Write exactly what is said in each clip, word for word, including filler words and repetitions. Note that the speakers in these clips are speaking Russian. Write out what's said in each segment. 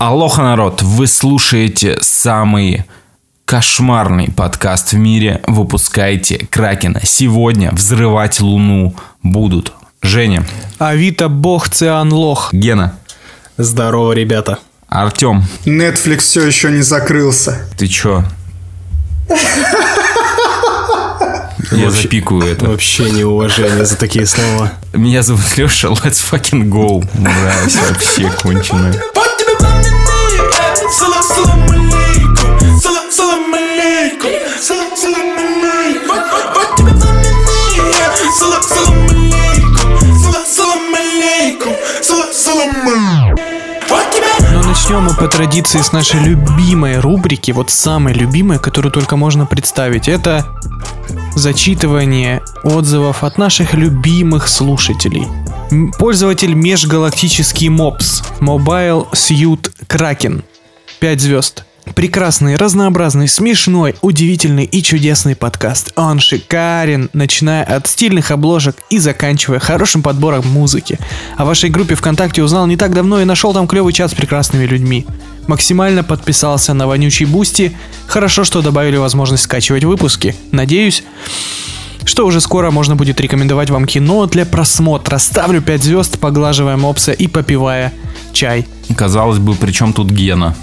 Алоха, народ! Вы слушаете самый кошмарный подкаст в мире. Выпускайте Кракена. Сегодня взрывать Луну будут Женя, Авито, Бог, Циан, Лох, Гена. Здорово, ребята. Артем. Netflix все еще не закрылся. Ты чё? Я запикаю это. Вообще неуважение за такие слова. Меня зовут Леша, let's fucking go. Мразь вообще конченая. Но начнем мы по традиции с нашей любимой рубрики, вот самой любимой, которую только можно представить. Это зачитывание отзывов от наших любимых слушателей. М- Пользователь межгалактический мопс, Mobile Suit Kraken, пять звезд. Прекрасный, разнообразный, смешной, удивительный и чудесный подкаст. Он шикарен, начиная от стильных обложек и заканчивая хорошим подбором музыки. О вашей группе ВКонтакте узнал не так давно и нашел там клевый чат с прекрасными людьми. Максимально подписался на вонючий Бусти. Хорошо, что добавили возможность скачивать выпуски. Надеюсь, что уже скоро можно будет рекомендовать вам кино для просмотра. Ставлю пять звезд, поглаживая мопса и попивая чай. Казалось бы, при чем тут Гена?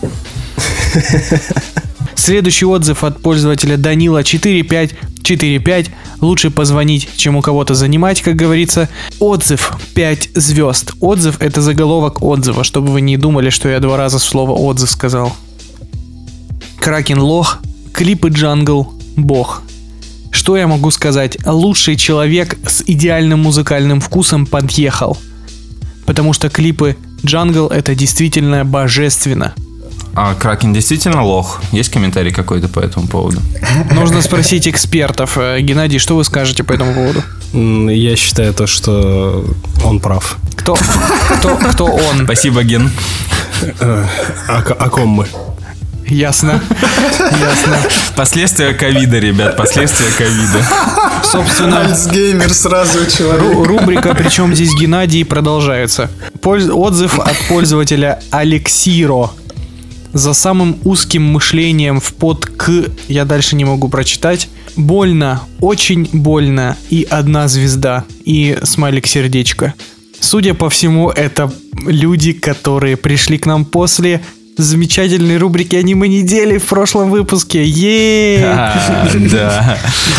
Следующий отзыв от пользователя Данила четыре пять четыре пять. Лучше позвонить, чем у кого-то занимать, как говорится. Отзыв пять звезд. Отзыв — это заголовок отзыва, чтобы вы не думали, что я два раза слово отзыв сказал. Кракен лох, клипы джангл, бог. Что я могу сказать? Лучший человек с идеальным музыкальным вкусом подъехал. Потому что клипы джангл — это действительно божественно. А Кракен действительно лох? Есть комментарий какой-то по этому поводу? Нужно спросить экспертов. Геннадий, что вы скажете по этому поводу? М, Я считаю то, что он прав. Кто, кто, кто он? Спасибо, Ген. Э, О, к- о ком мы? Ясно. Ясно. Последствия ковида, ребят, последствия ковида. Собственно, Альцгеймер сразу у ру- человека. рубрика «Причем здесь Геннадий» продолжается. Польз- Отзыв от пользователя Алексиро. За самым узким мышлением в под к я дальше не могу прочитать. Больно, очень больно и одна звезда. И смайлик сердечко. Судя по всему, это люди, которые пришли к нам после замечательной рубрики «Аниме недели» в прошлом выпуске. Е-е-е! А, да.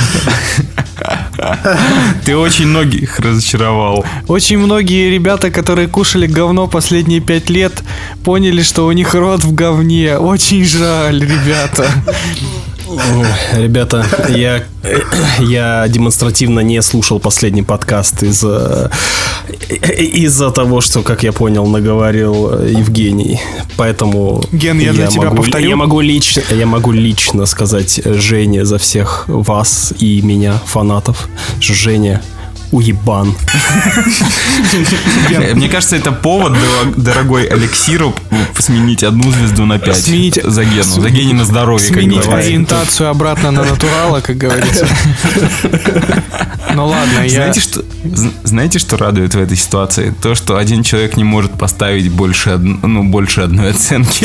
Ты очень многих разочаровал. Очень многие ребята, которые кушали говно последние пять лет, поняли, что у них рот в говне. Очень жаль, ребята. Ой, Ребята, я, я демонстративно не слушал последний подкаст из-за, из-за того, что, как я понял, наговорил Евгений. Поэтому Ген, я для тебя могу, повторю. я могу лично, я могу лично сказать Жене за всех вас и меня, фанатов, что Женя уебан. Мне кажется, это повод, дорог- дорогой Алексиру, сменить одну звезду на пять. Сменить- За Гену. За Гене на здоровье, как Сменить говорится. ориентацию обратно на натурала, как говорится. Ну ладно, я... Знаете, что, з- знаете, что радует в этой ситуации? То, что один человек не может поставить больше, од- ну, больше одной оценки.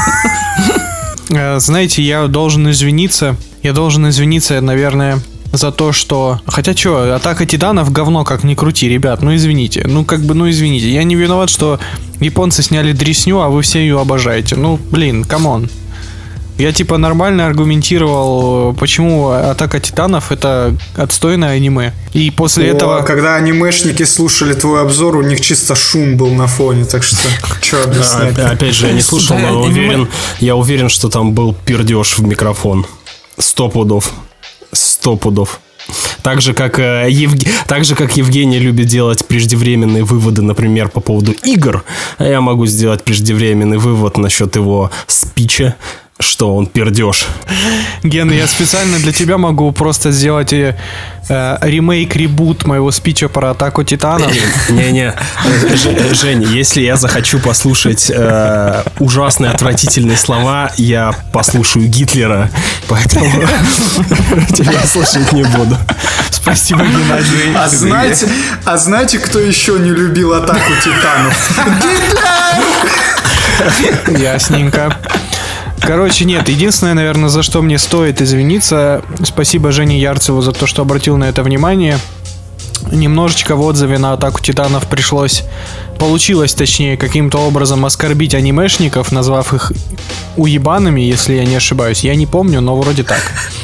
Э, Знаете, я должен извиниться. Я должен извиниться, наверное, за то, что... Хотя что, Атака Титанов говно, как ни крути, ребят. Ну извините. Ну как бы, ну извините. Я не виноват, что японцы сняли дресню, а вы все ее обожаете. Ну, блин, камон. Я типа нормально аргументировал, почему Атака Титанов — это отстойное аниме. И после О, этого... Когда анимешники слушали твой обзор, у них чисто шум был на фоне, так что что объяснять? А, Опять же, я не слушал, Да, но аниме- уверен, я уверен, что там был пердеж в микрофон. Сто пудов. Сто пудов. Так же, как, э, Евг... так же, как Евгений любит делать преждевременные выводы, например, по поводу игр, а я могу сделать преждевременный вывод насчет его спича, что он пердеж. Ген, я специально для тебя могу просто сделать э, э, ремейк, ребут моего спича про Атаку Титанов. Не-не, Ж- Жень, если я захочу послушать э, ужасные, отвратительные слова, я послушаю Гитлера, поэтому тебя слушать не буду. Спасибо, Геннадий. А знаете, а знаете, кто еще не любил Атаку Титанов? Ясненько. Короче, нет, единственное, наверное, за что мне стоит извиниться, спасибо Жене Ярцеву за то, что обратил на это внимание. Немножечко в отзыве на «Атаку Титанов» пришлось, получилось, точнее, каким-то образом оскорбить анимешников, назвав их уебанами, если я не ошибаюсь. Я не помню, но вроде так.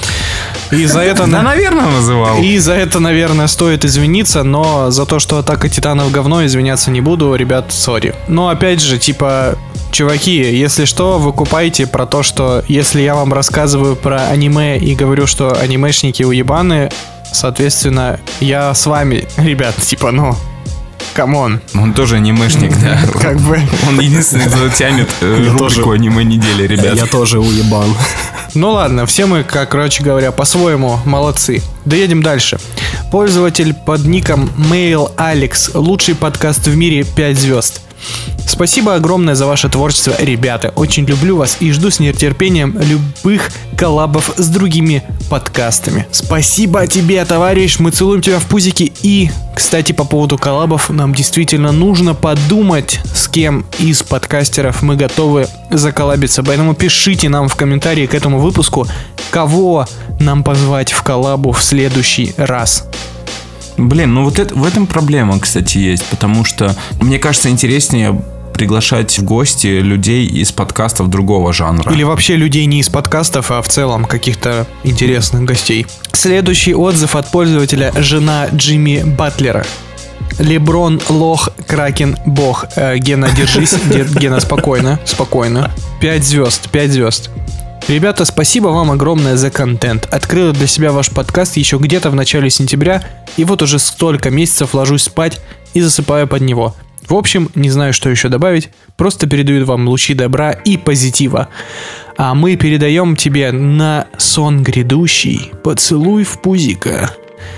И за это, да, наверное, называл. И за это, наверное, стоит извиниться, но за то, что «Атака Титанов» говно, извиняться не буду, ребят, сори. Но опять же, типа, чуваки, если что, выкупайте про то, что если я вам рассказываю про аниме и говорю, что анимешники уебаны, соответственно, я с вами, ребят, типа, ну, камон. Он тоже анимешник, да. Как бы. Он единственный, кто тянет рубрику аниме недели, ребят. Я тоже уебан. Ну ладно, все мы, как, короче говоря, по-своему молодцы. Доедем дальше. Пользователь под ником MailAlex. Лучший подкаст в мире, пять звезд. Спасибо огромное за ваше творчество, ребята. Очень люблю вас и жду с нетерпением любых коллабов с другими подкастами. Спасибо тебе, товарищ. Мы целуем тебя в пузики. И, кстати, по поводу коллабов, нам действительно нужно подумать, с кем из подкастеров мы готовы заколлабиться. Поэтому пишите нам в комментарии к этому выпуску, кого нам позвать в коллабу в следующий раз. Блин, ну вот это, в этом проблема, кстати, есть, потому что, мне кажется, интереснее приглашать в гости людей из подкастов другого жанра. Или вообще людей не из подкастов, а в целом каких-то интересных гостей. Следующий отзыв от пользователя жена Джимми Батлера. Леброн, лох, Кракен, бог. Э, Гена, держись. Гена, спокойно, спокойно. Пять звезд, пять звезд. Ребята, спасибо вам огромное за контент. Открыла для себя ваш подкаст еще где-то в начале сентября, и вот уже столько месяцев ложусь спать и засыпаю под него. В общем, не знаю, что еще добавить, просто передаю вам лучи добра и позитива. А мы передаем тебе на сон грядущий поцелуй в пузико.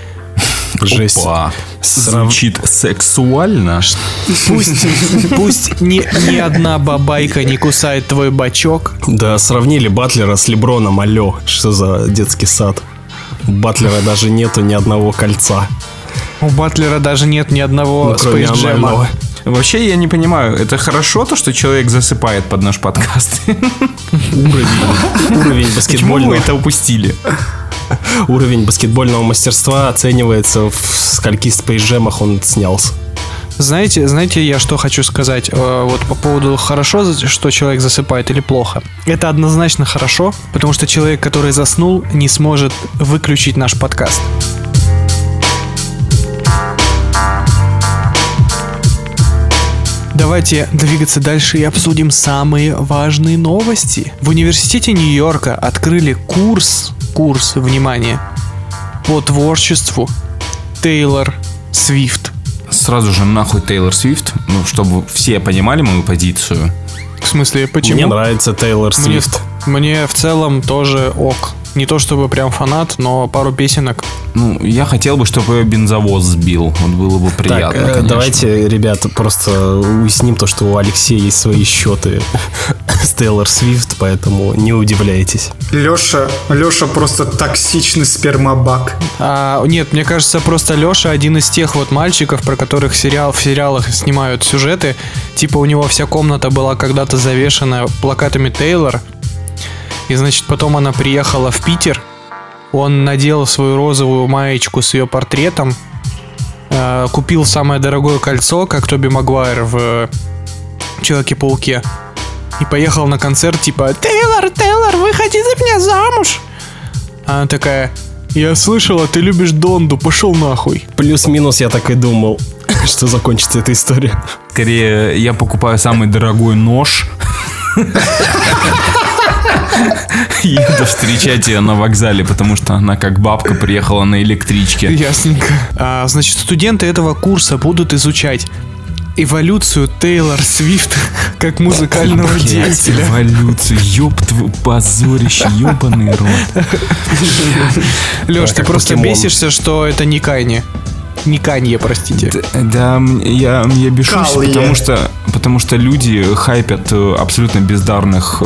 Жесть. Опа. Звучит сексуально. Пусть, пусть ни, ни одна бабайка не кусает твой бачок. Да, сравнили Батлера с Леброном, алло. Что за детский сад? У Батлера даже нету ни одного кольца. У Батлера даже нет ни одного ну, Space Jam. Вообще я не понимаю, это хорошо то, что человек засыпает под наш подкаст? Уровень, уровень баскетбольного. Почему вы это упустили? Уровень баскетбольного мастерства оценивается в скольких спейсджемах он снялся. Знаете, знаете, я что хочу сказать? Вот по поводу хорошо, что человек засыпает или плохо. Это однозначно хорошо, потому что человек, который заснул, не сможет выключить наш подкаст. Давайте двигаться дальше и обсудим самые важные новости. В университете Нью-Йорка открыли курс, курс, внимание, по творчеству Тейлор Свифт. Сразу же нахуй Тейлор Свифт, ну, чтобы все понимали мою позицию. В смысле, почему? Мне нравится Тейлор Свифт. Мне, мне в целом тоже ок. Не то чтобы прям фанат, но пару песенок. Ну, я хотел бы, чтобы ее бензовоз сбил. Вот было бы приятно, так, конечно. Давайте, ребята, просто уясним то, что у Алексея есть свои счеты с Тейлор Свифт, поэтому не удивляйтесь. Леша, Леша просто токсичный спермобак. А, нет, мне кажется, просто Леша один из тех вот мальчиков, про которых сериал, в сериалах снимают сюжеты. Типа у него вся комната была когда-то завешена плакатами Тейлор. И, значит, потом она приехала в Питер. Он надел свою розовую маечку с ее портретом. Э, купил самое дорогое кольцо, как Тоби Магуайр в Человеке-пауке. И поехал на концерт типа: «Тейлор, Тейлор, выходи за меня замуж!» А она такая: «Я слышала, ты любишь Донду, пошел нахуй». Плюс-минус я так и думал, что закончится эта история. Скорее, я покупаю самый дорогой нож. Еду встречать ее на вокзале, потому что она как бабка приехала на электричке. Ясненько. А, значит, студенты этого курса будут изучать эволюцию Тейлор Свифт как музыкального Блять, деятеля. Эволюцию, ёб твой позорище, ёбаный рот. Лёш, Да, ты как просто покемон. бесишься, что это не Канье. Не Канье, простите. Да, я, я бешусь, Калле. потому что, потому что люди хайпят э, абсолютно бездарных э,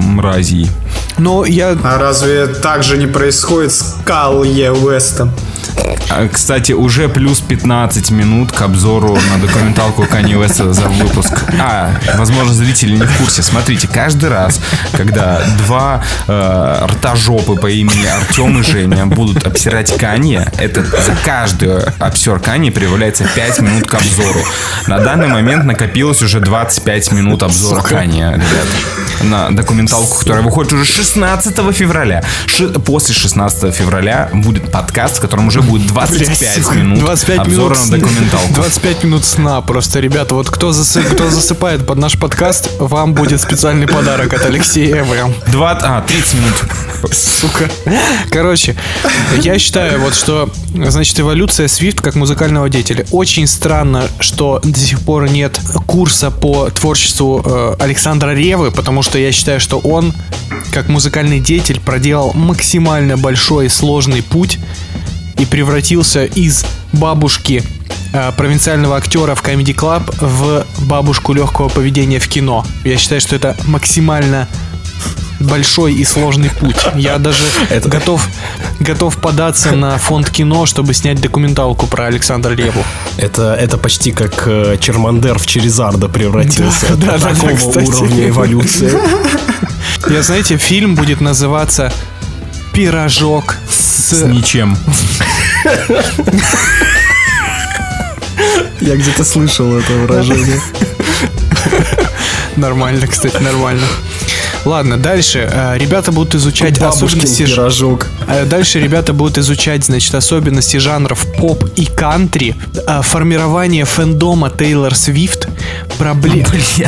мразей. Но я... А разве так же не происходит с Калле Уэстом? Кстати, уже плюс пятнадцать минут к обзору на документалку Канье Уэста за выпуск. А, возможно, зрители не в курсе. Смотрите, каждый раз, когда два э, ртожопы по имени Артем и Женя будут обсирать Канье, это за каждый обсер Канье прибавляется пять минут к обзору. На данный момент накопилось уже двадцать пять минут обзора Канье, ребята. На документалку, которая выходит уже шестнадцатого февраля. Ши- после шестнадцатого февраля будет подкаст, в котором уже будет двадцать пять минут двадцать пять обзора минут на документалку. двадцать пять минут сна просто, ребята. Вот кто, засы, кто засыпает под наш подкаст, вам будет специальный подарок от Алексея Эврам. Два, а, тридцать минут. Сука. Короче, я считаю, вот что, значит, эволюция Свифт как музыкального деятеля. Очень странно, что до сих пор нет курса по творчеству э, Александра Реввы, потому что я считаю, что он, как музыкальный деятель, проделал максимально большой и сложный путь и превратился из бабушки э, провинциального актера в Comedy Club в бабушку легкого поведения в кино. Я считаю, что это максимально большой и сложный путь. Я даже это... готов, готов податься на фонд кино, чтобы снять документалку про Александра Ревву. Это, это почти как э, Чермандер в Черезарда превратился. Да, да, такого да, кстати. уровня эволюции. Я, знаете, фильм будет называться «Пирожок с...» С ничем. Я где-то слышал это выражение. Нормально, кстати, нормально. Ладно, дальше. Ребята будут изучать Бабушкин особенности... пирожок. Дальше ребята будут изучать, значит, особенности жанров поп и кантри, формирование фэндома Тейлор Свифт, проблемы...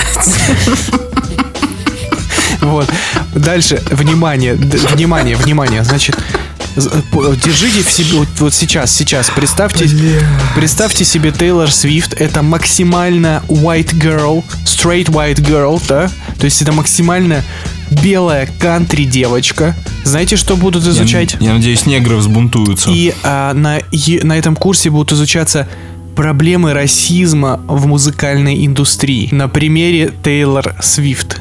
Вот. Дальше, внимание, д- внимание, внимание. Значит, держите в себе вот, вот сейчас, сейчас. Представьте, представьте себе Тейлор Свифт. Это максимально white girl, straight white girl, да? То есть это максимально белая кантри девочка. Знаете, что будут изучать? Я, я надеюсь, негры взбунтуются. И а, на, и, на этом курсе будут изучаться проблемы расизма в музыкальной индустрии на примере Тейлор Свифт.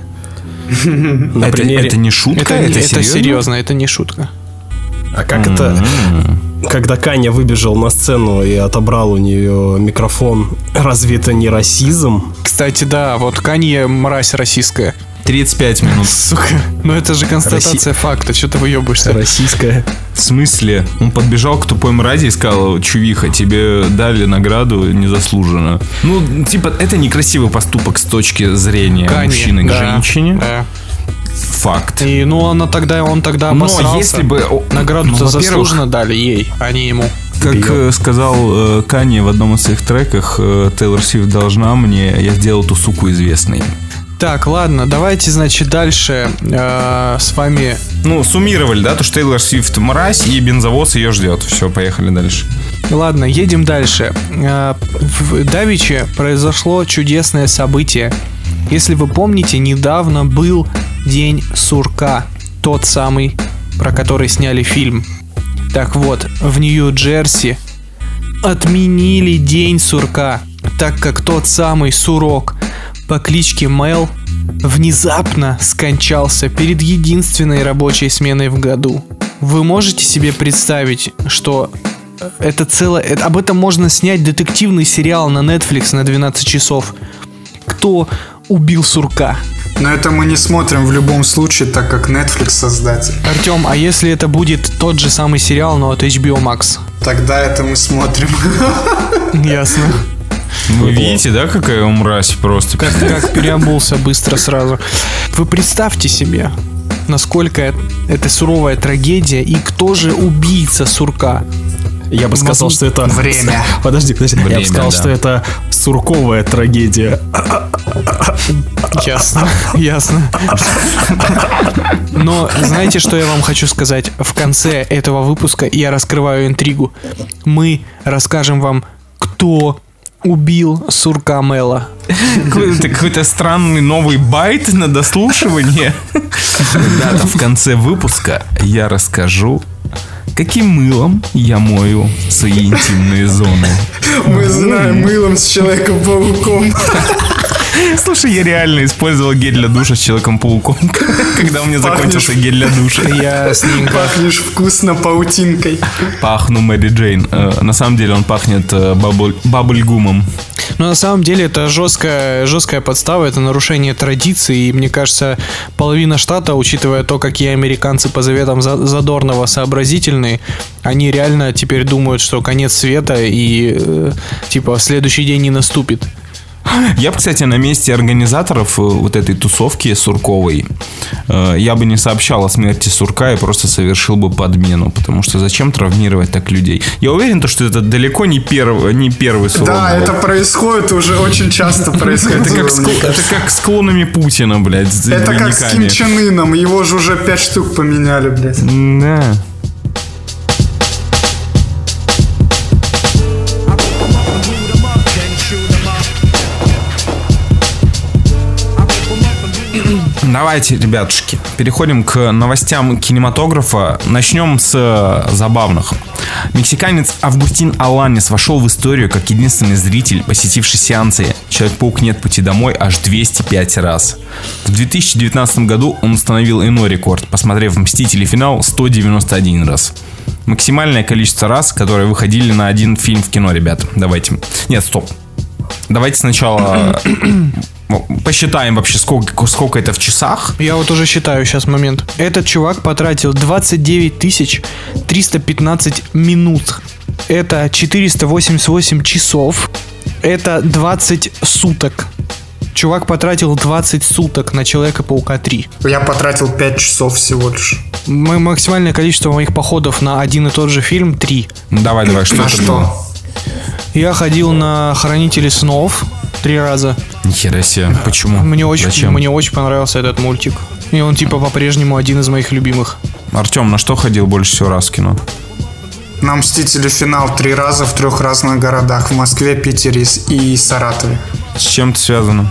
На это, примере... это не шутка? Это, Это, это серьезно? серьезно, это не шутка. А как это... Когда Канье выбежал на сцену и отобрал у нее микрофон, разве это не расизм? Кстати, да, вот Канье мразь российская. тридцать пять минут. Сука, ну это же констатация Росси... факта, что ты выебываешься? Российская. В смысле? Он подбежал к тупой мрази и сказал: чувиха, тебе дали награду незаслуженно. Ну, типа, это некрасивый поступок с точки зрения Канье, мужчины да, к женщине. Да. Факт. И, ну, она тогда, он тогда обосрался. Но если бы... Награду-то ну, заслуженно дали ей, а не ему. Как э, сказал э, Канье в одном из своих треках, э, Тейлор Свифт должна мне, я сделал ту суку известной. Так, ладно, давайте, значит, дальше э, с вами... Ну, суммировали, да, то, что Тейлор Свифт мразь, и бензовоз ее ждет. Все, поехали дальше. Ладно, едем дальше. Э, в Давиче произошло чудесное событие. Если вы помните, недавно был День сурка. Тот самый, про который сняли фильм. Так вот, в Нью-Джерси отменили День сурка, так как тот самый сурок по кличке Мел внезапно скончался перед единственной рабочей сменой в году. Вы можете себе представить, что это целое... Это, об этом можно снять детективный сериал на Netflix на двенадцать часов. Кто убил сурка? Но это мы не смотрим в любом случае, так как Netflix создатель. Артем, а если это будет тот же самый сериал, но от эйч би о Max? Тогда это мы смотрим. Ясно. Вы видите, да, какая мразь просто? Как, как переобулся быстро сразу. Вы представьте себе, насколько это суровая трагедия и кто же убийца сурка. Я бы сказал, что это... Время. Подожди, подожди. Время, Я бы сказал, да. что это сурковая трагедия. Ясно, ясно. Но знаете, что я вам хочу сказать? В конце этого выпуска я раскрываю интригу. Мы расскажем вам, кто убил сурка Мела. Какой-то, какой-то странный новый байт на дослушивание. Ребята, в конце выпуска я расскажу, каким мылом я мою свои интимные зоны. Мы знаем, мылом с Человеком-пауком. Слушай, я реально использовал гель для душа с Человеком-пауком, когда у меня закончился гель для душа. Ясненько. Пахнешь вкусно паутинкой. Пахну Мэри Джейн. Э, На самом деле он пахнет э, бабуль- бабульгумом. Но на самом деле это жесткая, жесткая подстава, это нарушение традиций. И мне кажется, половина штата, учитывая то, какие американцы по заветам За- Задорнова сообразительные, они реально теперь думают, что конец света и э, типа следующий день не наступит. Я бы, кстати, на месте организаторов э, вот этой тусовки сурковой, э, я бы не сообщал о смерти сурка и просто совершил бы подмену, потому что зачем травмировать так людей? Я уверен, то, что это далеко не первый, не первый слон. Да, это происходит уже очень часто происходит. Это как, с, кл- это как с клонами Путина, блядь, с Это как с двойниками. Ким Чен Ыном, его же уже пять штук поменяли, блядь. Да. Давайте, ребятушки, переходим к новостям кинематографа. Начнем с э, забавных. Мексиканец Августин Аланес вошел в историю как единственный зритель, посетивший сеансы «Человек-паук. Нет пути домой» аж двести пять раз. В две тысячи девятнадцатом году он установил иной рекорд, посмотрев «Мстители. Финал» сто девяносто один раз. Максимальное количество раз, которые выходили на один фильм в кино, ребят. Давайте. Нет, стоп. Давайте сначала посчитаем вообще, сколько, сколько это в часах. Я вот уже считаю сейчас момент. Этот чувак потратил двадцать девять тысяч триста пятнадцать минут. Это четыреста восемьдесят восемь часов. Это двадцать суток. Чувак потратил двадцать суток на Человека-паука три. Я потратил пять часов всего лишь. М- максимальное количество моих походов на один и тот же фильм три. Давай, давай, что А это что? было? Я ходил на Хранители снов три раза. Нихера себе, почему? Мне очень, Зачем? мне очень понравился этот мультик. И он типа по-прежнему один из моих любимых. Артем, на что ходил больше всего раз в кино? На «Мстители. Финал» три раза в трех разных городах. В Москве, Питере и Саратове. С чем это связано?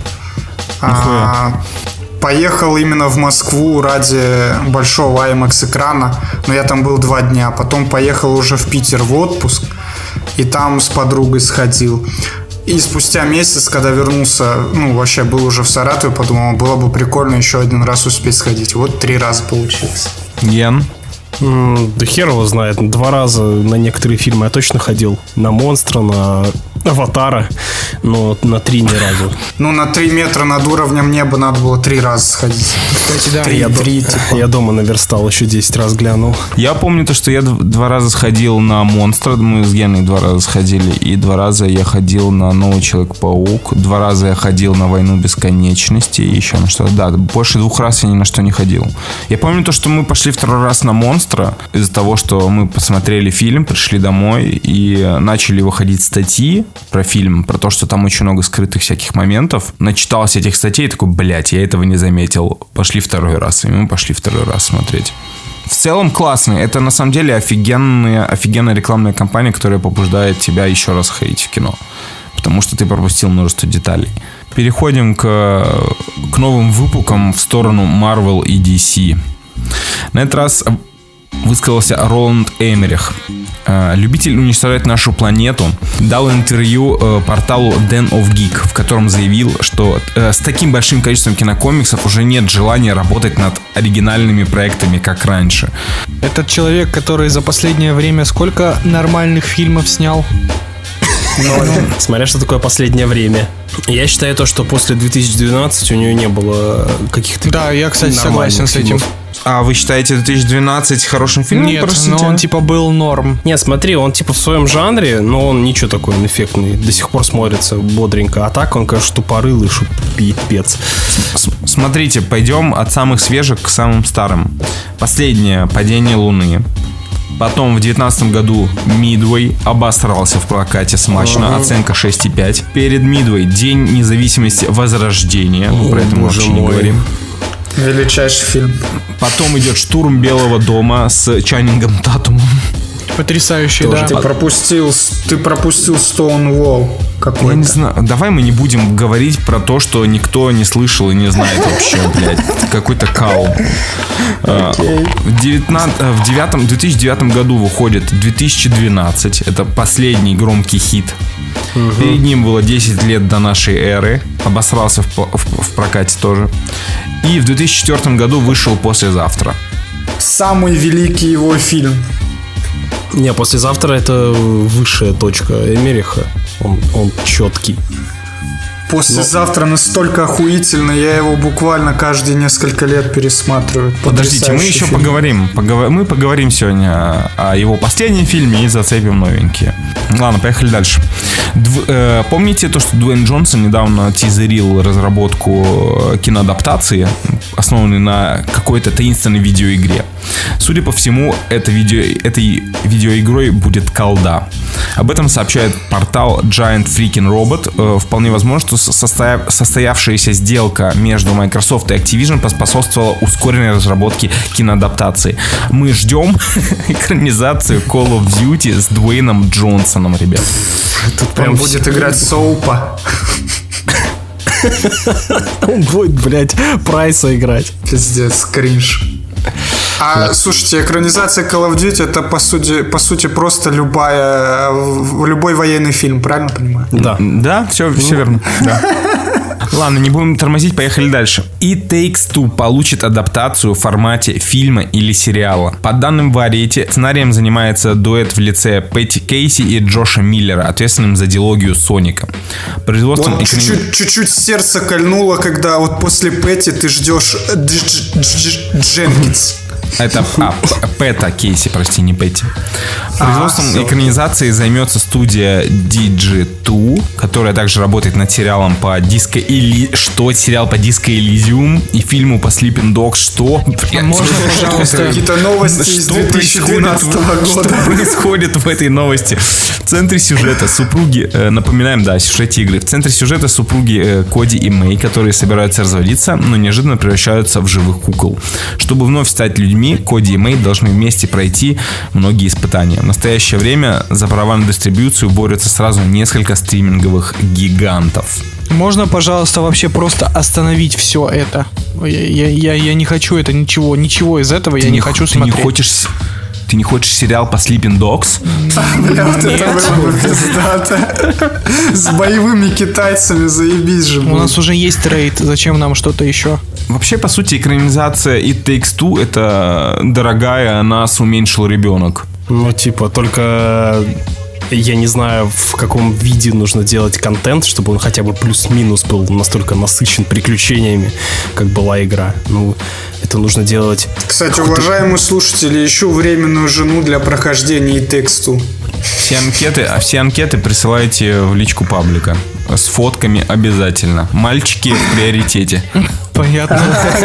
А, поехал именно в Москву ради большого IMAX экрана, но я там был два дня. Потом поехал уже в Питер в отпуск, и там с подругой сходил. И спустя месяц, когда вернулся, ну, вообще был уже в Саратове, подумал, было бы прикольно еще один раз успеть сходить. Вот три раза получилось. Ген? М, Да хер его знает. Два раза на некоторые фильмы я точно ходил. На «Монстра», на «Аватара», но на три ни разу. Ну, на три метра над уровнем неба надо было три раза сходить. Кстати, да. Три, Я, до- три, типа. я дома наверстал, еще десять раз глянул. Я помню то, что я дв- два раза сходил на «Монстра», мы с Геной два раза сходили, и два раза я ходил на «Новый Человек-паук», два раза я ходил на «Войну бесконечности», и еще на что-то. Да, больше двух раз я ни на что не ходил. Я помню то, что мы пошли второй раз на «Монстра», из-за того, что мы посмотрели фильм, пришли домой и начали выходить статьи про фильм, про то, что там очень много скрытых всяких моментов. Начитался этих статей и такой, блядь, я этого не заметил. Пошли второй раз, и мы пошли второй раз смотреть. В целом классный. Это на самом деле офигенная, офигенная рекламная кампания, которая побуждает тебя еще раз ходить в кино. Потому что ты пропустил множество деталей. Переходим к, к новым выпускам в сторону Marvel и ди си. На этот раз высказался Роланд Эммерих. Любитель уничтожать нашу планету дал интервью э, порталу Den of Geek, в котором заявил, что э, с таким большим количеством кинокомиксов уже нет желания работать над оригинальными проектами, как раньше. Этот человек, который за последнее время сколько нормальных фильмов снял? Смотря что такое последнее время. Я считаю то, что после две тысячи двенадцатого у нее не было каких-то Да, я, кстати, нормальных согласен с этим. фильмов. А вы считаете две тысячи двенадцатый хорошим фильмом? Нет, простите? но он типа был норм. Не, смотри, он типа в своем жанре, но он ничего такой он эффектный. До сих пор смотрится бодренько. А так он, конечно, тупорылый, что пипец. С- Смотрите, пойдем от самых свежих к самым старым. Последнее «Падение Луны». Потом в девятнадцатом году Midway обосрался в прокате смачно, uh-huh. оценка шесть и пять. Перед Midway День независимости Возрождения, мы про это боже вообще не мой. говорим. Величайший фильм. Потом идет «Штурм Белого дома» с Чаннингом Татумом. Потрясающий, Тоже да. Ты пропустил, ты пропустил Stonewall Я какой-то. не знаю, давай мы не будем говорить про то, что никто не слышал и не знает вообще, блядь. Какой-то кал. А, В девятнадцатом, в девятом, в две тысячи девятом году выходит две тысячи двенадцать. Это последний громкий хит Угу. Перед ним было десять лет до нашей эры. Обосрался в, в, в прокате тоже. И в две тысячи четвёртом году вышел «Послезавтра». Самый великий его фильм. Не, «Послезавтра» — это высшая точка Эмериха. Он, он четкий. «Послезавтра» настолько охуительно, я его буквально каждые несколько лет пересматриваю. Подождите, мы еще фильм. поговорим. Поговор... Мы поговорим сегодня о его последнем фильме и зацепим новенькие. Ладно, поехали дальше. Дв... Э, помните то, что Дуэйн Джонсон недавно тизерил разработку киноадаптации, основанной на какой-то таинственной видеоигре? Судя по всему, это видео... этой видеоигрой будет колда. Об этом сообщает портал Giant Freaking Robot. Э, вполне возможно, что Состоя... состоявшаяся сделка между Microsoft и Activision поспособствовала ускоренной разработке киноадаптации. Мы ждем экранизацию Call of Duty с Дуэйном Джонсоном, ребят. Тут прям Он будет играть Соупа. Он будет, блядь, Прайса играть. Пиздец, кринж. А, да. Слушайте, экранизация Call of Duty — это, по сути, по сути просто любая, любой военный фильм, правильно понимаю? Да, да, все, все ну. верно. Да. Ладно, не будем тормозить, поехали дальше. It Takes Two получит адаптацию в формате фильма или сериала. По данным Variety, сценарием занимается дуэт в лице Пэтти Кейси и Джоша Миллера, ответственным за дилогию Соника. Производством вот, экрани... чуть-чуть, чуть-чуть сердце кольнуло, когда вот после Пэтти ты ждешь Дженкинс. Это а, Пэта Кейси, прости, не Пэтти. Производством а, экранизации займется студия ди джи два, которая также работает над сериалом по Disco Elysium. Что? Сериал по Disco Elysium и фильму по Sleeping Dogs. Что? Можно, пожалуйста, какие-то новости из две тысячи двенадцатого года. Что происходит в этой новости? В центре сюжета супруги, напоминаем, да, сюжет игры. В центре сюжета супруги Коди и Мэй, которые собираются разводиться, но неожиданно превращаются в живых кукол. Чтобы вновь стать людьми, Коди и Мэй должны вместе пройти многие испытания. В настоящее время за права на дистрибьюцию борются сразу несколько стриминговых гигантов. Можно, пожалуйста, вообще просто остановить все это? Я, я, я не хочу это ничего, ничего из этого ты я не, не хочу ты смотреть. Не хочешь... Ты не хочешь сериал по Sleeping Dogs? Бля, вот это было бы пиздато. С боевыми китайцами, заебись же. У нас уже есть рейд, зачем нам что-то еще? Вообще, по сути, экранизация It Takes Two — это дорогая, нас уменьшил ребенок. Ну, типа, только... Я не знаю, в каком виде нужно делать контент, чтобы он хотя бы плюс-минус был настолько насыщен приключениями, как была игра. Ну, это нужно делать... Кстати, уважаемые слушатели, ищу временную жену для прохождения It Takes Two. Все анкеты, а все анкеты присылайте в личку паблика. С фотками обязательно. Мальчики в приоритете. Понятно.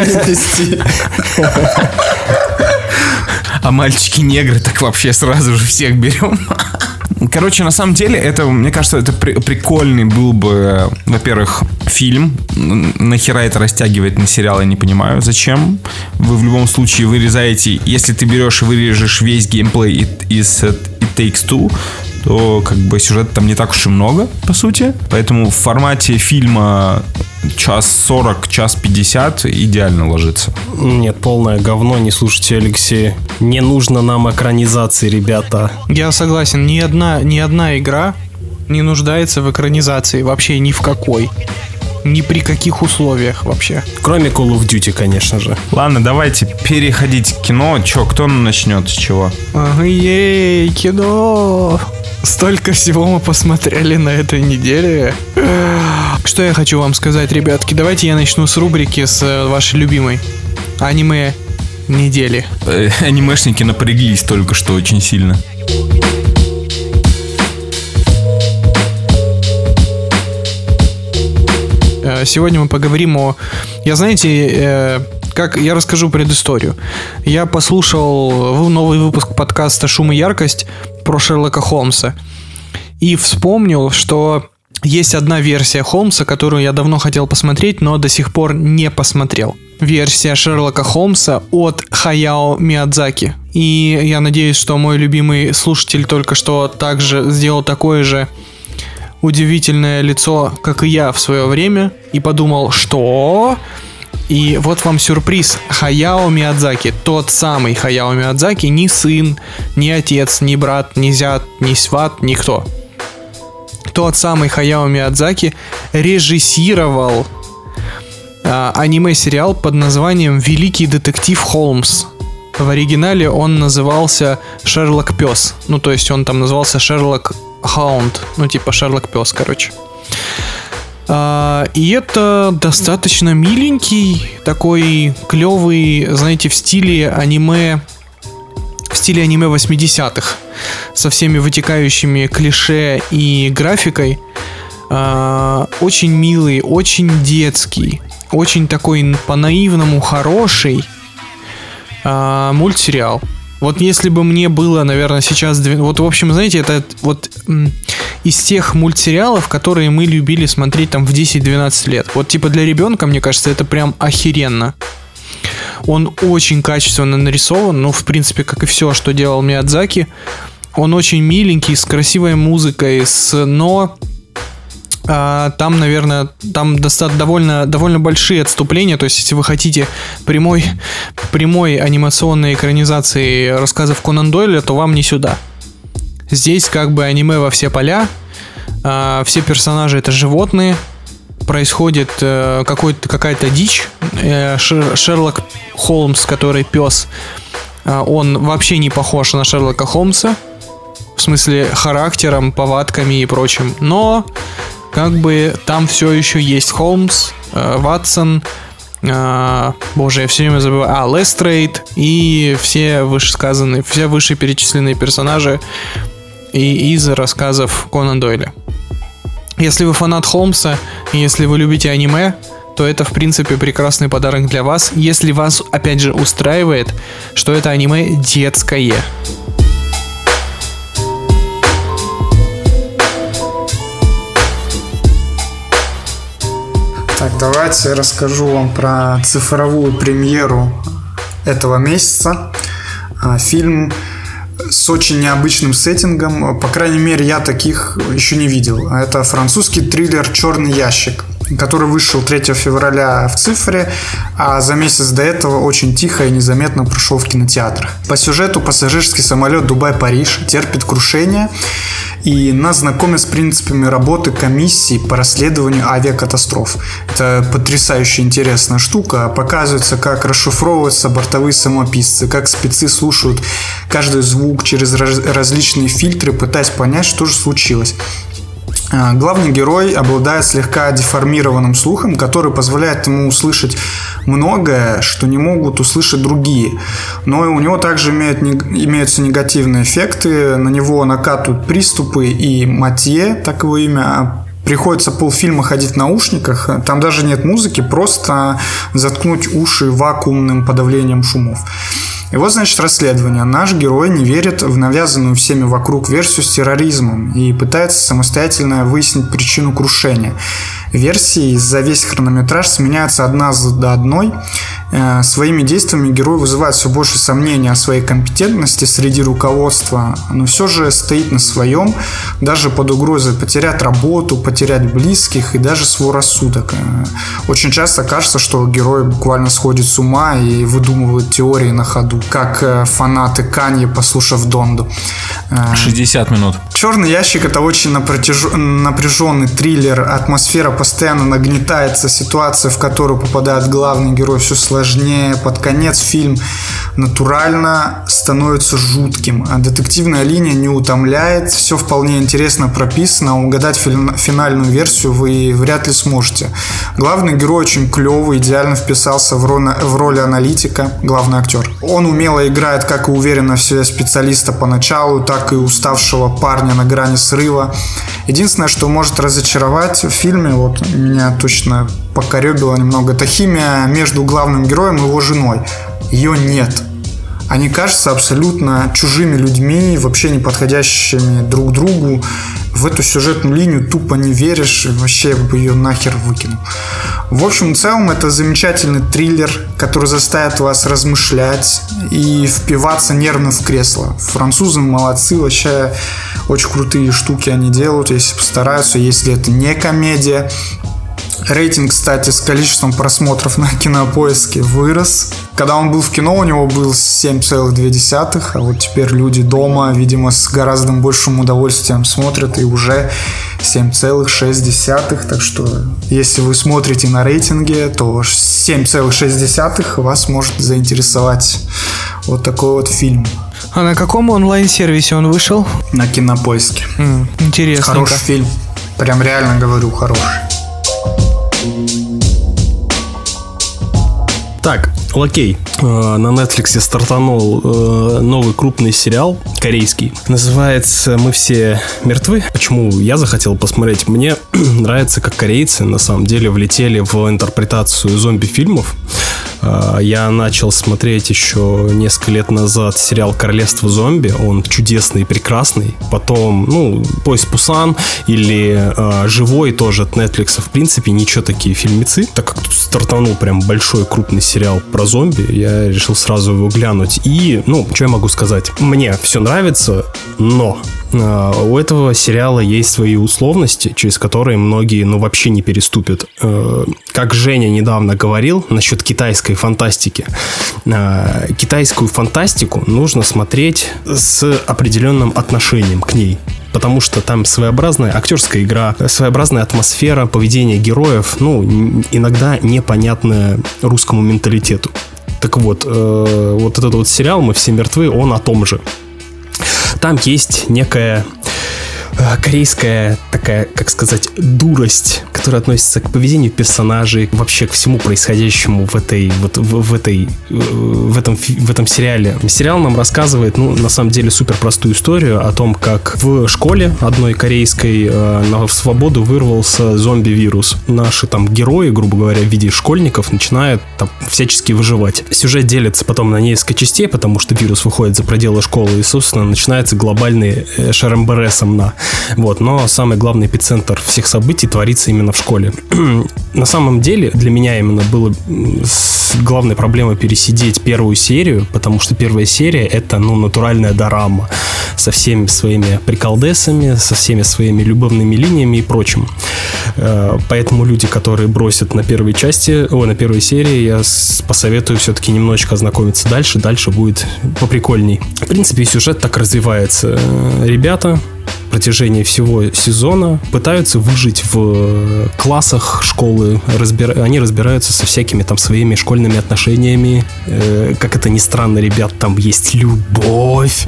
А мальчики-негры так вообще сразу же всех берем. Короче, на самом деле, это, мне кажется, это при- прикольный был бы, во-первых, фильм. Нахера это растягивать на сериал, я не понимаю. Зачем? Вы в любом случае вырезаете. Если ты берешь и вырежешь весь геймплей из It Takes Two, то как бы сюжета там не так уж и много, по сути. Поэтому в формате фильма час сорок, час пятьдесят идеально ложится. Нет, полное говно, не слушайте Алексея. Не нужно нам экранизации, ребята. Я согласен, ни одна, ни одна игра не нуждается в экранизации, вообще ни в какой. Ни при каких условиях вообще. Кроме Call of Duty, конечно же. Ладно, давайте переходить к кино. Че, кто начнет с чего? Ей, кино! Столько всего мы посмотрели на этой неделе. Что я хочу вам сказать, ребятки? Давайте я начну с рубрики с вашей любимой аниме недели. Э, анимешники напряглись только что очень сильно. Сегодня мы поговорим о... Я, знаете, э, как я расскажу предысторию. Я послушал новый выпуск подкаста «Шум и яркость» про Шерлока Холмса и вспомнил, что есть одна версия Холмса, которую я давно хотел посмотреть, но до сих пор не посмотрел. Версия Шерлока Холмса от Хаяо Миядзаки. И я надеюсь, что мой любимый слушатель только что также сделал такое же удивительное лицо, как и я в свое время, и подумал, что... И вот вам сюрприз. Хаяо Миядзаки, тот самый Хаяо Миядзаки, ни сын, ни отец, ни брат, ни зять, ни сват, никто. тот самый Хаяо Миядзаки режиссировал а, аниме-сериал под названием «Великий детектив Холмс». В оригинале он назывался «Шерлок Пес». Ну, то есть он там назывался «Шерлок Хаунд». Ну, типа «Шерлок Пес», короче. А, и это достаточно миленький, такой клевый, знаете, в стиле аниме, в стиле аниме восьмидесятых, со всеми вытекающими клише и графикой. А, очень милый, очень детский, очень такой по-наивному хороший а, мультсериал. Вот если бы мне было, наверное, сейчас... Вот, в общем, знаете, это вот м, из тех мультсериалов, которые мы любили смотреть там в десять-двенадцать лет. Вот типа для ребенка, мне кажется, это прям охеренно. Он очень качественно нарисован, ну, в принципе, как и все, что делал Миядзаки. Он очень миленький, с красивой музыкой, с... но... А, там, наверное, там достаточно довольно, довольно большие отступления. То есть, если вы хотите прямой, прямой анимационной экранизации рассказов Конан Дойля, то вам не сюда. Здесь как бы аниме во все поля. а, Все персонажи — это животные. Происходит а, какой-то, какая-то дичь. а, Шерлок Холмс, который пес, а, он вообще не похож на Шерлока Холмса. В смысле характером, повадками и прочим. Но как бы там все еще есть Холмс, э, Ватсон, э, боже, я все время забываю, а, Лестрейд и все вышесказанные, все вышеперечисленные персонажи и из рассказов Конан Дойля. Если вы фанат Холмса, если вы любите аниме, то это, в принципе, прекрасный подарок для вас, если вас, опять же, устраивает, что это аниме детское. Так, давайте я расскажу вам про цифровую премьеру этого месяца. Фильм с очень необычным сеттингом. По крайней мере, я таких еще не видел. Это французский триллер «Черный ящик», который вышел третьего февраля в цифре, а за месяц до этого очень тихо и незаметно прошел в кинотеатрах. По сюжету пассажирский самолет Дубай-Париж терпит крушение, и нас знакомят с принципами работы комиссии по расследованию авиакатастроф. Это потрясающе интересная штука. Показывается, как расшифровываются бортовые самописцы, как спецы слушают каждый звук через различные фильтры, пытаясь понять, что же случилось. Главный герой обладает слегка деформированным слухом, который позволяет ему услышать многое, что не могут услышать другие. Но у него также имеют, имеются негативные эффекты. На него накатывают приступы, и Матье, так его имя, приходится полфильма ходить в наушниках. Там даже нет музыки, просто заткнуть уши вакуумным подавлением шумов. И вот, значит, расследование. Наш герой не верит в навязанную всеми вокруг версию с терроризмом и пытается самостоятельно выяснить причину крушения. Версии за весь хронометраж сменяются одна за одной. Э, своими действиями герой вызывает все больше сомнений о своей компетентности среди руководства, но все же стоит на своем, даже под угрозой потерять работу, потерять близких и даже свой рассудок. Э, очень часто кажется, что герой буквально сходит с ума и выдумывает теории на ходу, как э, фанаты Канье, послушав Донду. Э, шестьдесят минут. «Черный ящик» — это очень напряж... напряженный триллер. Атмосфера постоянно нагнетается, ситуация, в которую попадает главный герой, все сложнее. Под конец фильм натурально становится жутким. А детективная линия не утомляет, все вполне интересно прописано. Угадать финальную версию вы вряд ли сможете. Главный герой очень клевый, идеально вписался в роль, в роль аналитика, главный актер. Он умело играет как и уверенно в себе специалиста поначалу, так и уставшего парня на грани срыва. Единственное, что может разочаровать в фильме, вот меня точно покоребило немного, это химия между главным героем и его женой. Ее нет. Они кажутся абсолютно чужими людьми, вообще не подходящими друг другу. В эту сюжетную линию тупо не веришь, вообще бы ее нахер выкинул. В общем, в целом, это замечательный триллер, который заставит вас размышлять и впиваться нервно в кресло. Французы молодцы, вообще очень крутые штуки они делают, если постараются, если это не комедия. Рейтинг, кстати, с количеством просмотров на Кинопоиске вырос. Когда он был в кино, у него был семь целых две десятых, а вот теперь люди дома, видимо, с гораздо большим удовольствием смотрят, и уже семь целых шесть десятых. Так что, если вы смотрите на рейтинге, то семь целых шесть десятых вас может заинтересовать вот такой вот фильм. А на каком онлайн-сервисе он вышел? На Кинопоиске. М, интересно. Хороший фильм. Прям реально говорю, хороший. Так, окей. На Netflix стартанул новый крупный сериал корейский. Называется «Мы все мертвы». Почему я захотел посмотреть? Мне нравится, как корейцы на самом деле влетели в интерпретацию зомби-фильмов. Я начал смотреть еще несколько лет назад сериал «Королевство зомби». Он чудесный и прекрасный. Потом, ну, «Поезд в Пусан» или э, «Живой» тоже от Netflix. В принципе, ничего, такие фильмецы. Так как тут стартанул прям большой крупный сериал про зомби, я решил сразу его глянуть. И, ну, что я могу сказать? Мне все нравится, но э, у этого сериала есть свои условности, через которые многие, ну, вообще не переступят. Э, как Женя недавно говорил насчет китайской фантастики. Э, китайскую фантастику нужно смотреть с определенным отношением к ней. Потому что там своеобразная актерская игра, своеобразная атмосфера, поведение героев, ну, иногда непонятное русскому менталитету. Так вот, э, вот этот вот сериал «Мы все мертвы», он о том же. Там есть некая корейская такая, как сказать, дурость, которая относится к поведению персонажей, вообще к всему происходящему в этой, вот, в, в этой, в этом, в этом сериале. Сериал нам рассказывает, ну, на самом деле, супер простую историю о том, как в школе одной корейской э, на свободу вырвался зомби-вирус. Наши там герои, грубо говоря, в виде школьников начинают там всячески выживать. Сюжет делится потом на несколько частей, потому что вирус выходит за пределы школы, и, собственно, начинается глобальный э, шарамбаре-самна. Вот, но самый главный эпицентр всех событий творится именно в школе. На самом деле, для меня именно было главной проблемой пересидеть первую серию, потому что первая серия — это, ну, натуральная дорама со всеми своими приколдесами, со всеми своими любовными линиями и прочим. Поэтому люди, которые бросят на первой части, о, на первой серии, я посоветую все-таки немножечко ознакомиться дальше. Дальше будет поприкольней. В принципе, сюжет так развивается. Ребята в протяжении всего сезона пытаются выжить в классах школы. Разбира... Они разбираются со всякими там своими школьными отношениями. Э, как это ни странно, ребят, там есть любовь.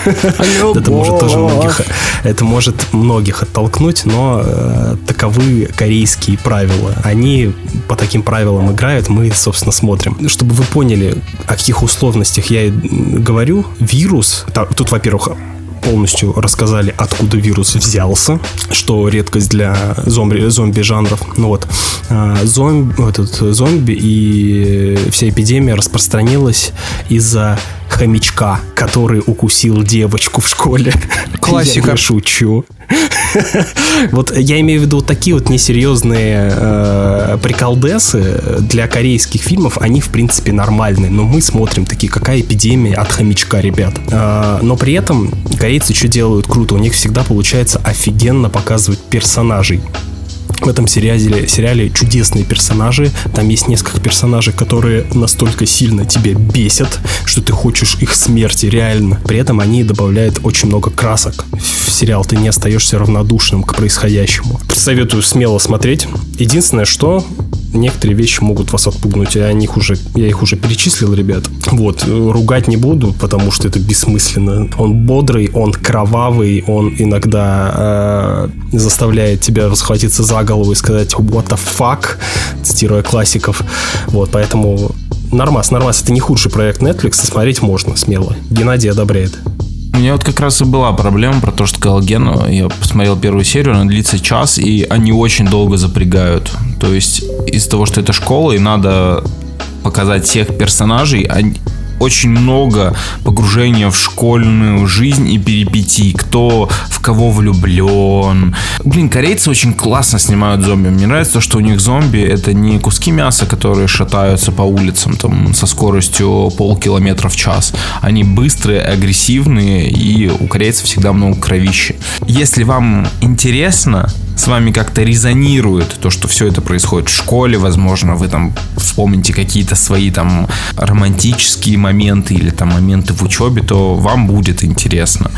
Это может тоже многих, это может многих оттолкнуть, но э, таковы корейские правила. Они по таким правилам играют, мы, собственно, смотрим. Чтобы вы поняли, о каких условностях я говорю, вирус, тут, во-первых, полностью рассказали, откуда вирус взялся, что редкость для зомби, зомби-жанров. Ну вот, зомби, этот, зомби и вся эпидемия распространилась из-за хомячка, который укусил девочку в школе. Классика. Я не шучу. Вот я имею в виду такие вот несерьезные э, приколдесы для корейских фильмов, они в принципе нормальные, но мы смотрим такие, какая эпидемия от хомячка, ребят. Э, но при этом корейцы что делают круто, у них всегда получается офигенно показывать персонажей. В этом сериале, сериале чудесные персонажи. Там есть несколько персонажей, которые настолько сильно тебя бесят, что ты хочешь их смерти, реально. При этом они добавляют очень много красок в сериал. Ты не остаешься равнодушным к происходящему. Советую смело смотреть. Единственное, что некоторые вещи могут вас отпугнуть. Я, о них уже, я их уже перечислил, ребят. Вот, ругать не буду, потому что это бессмысленно. Он бодрый, он кровавый, он иногда э, заставляет тебя схватиться за голову и сказать what the fuck, цитируя классиков. Вот, поэтому нормас, нормас. Это не худший проект Netflix, смотреть можно смело. Геннадий одобряет. У меня вот как раз и была проблема про то, что сказал Гена. Я посмотрел первую серию, она длится час, и они очень долго запрягают. То есть из-за того, что это школа, и надо показать всех персонажей, они... очень много погружения в школьную жизнь и перипетий, кто в кого влюблен. Блин, корейцы очень классно снимают зомби. Мне нравится то, что у них зомби — это не куски мяса, которые шатаются по улицам там со скоростью полкилометра в час. Они быстрые, агрессивные, и у корейцев всегда много кровищи. Если вам интересно с вами как-то резонирует то, что все это происходит в школе, возможно, вы там вспомните какие-то свои там романтические моменты или там моменты в учебе, то вам будет интересно.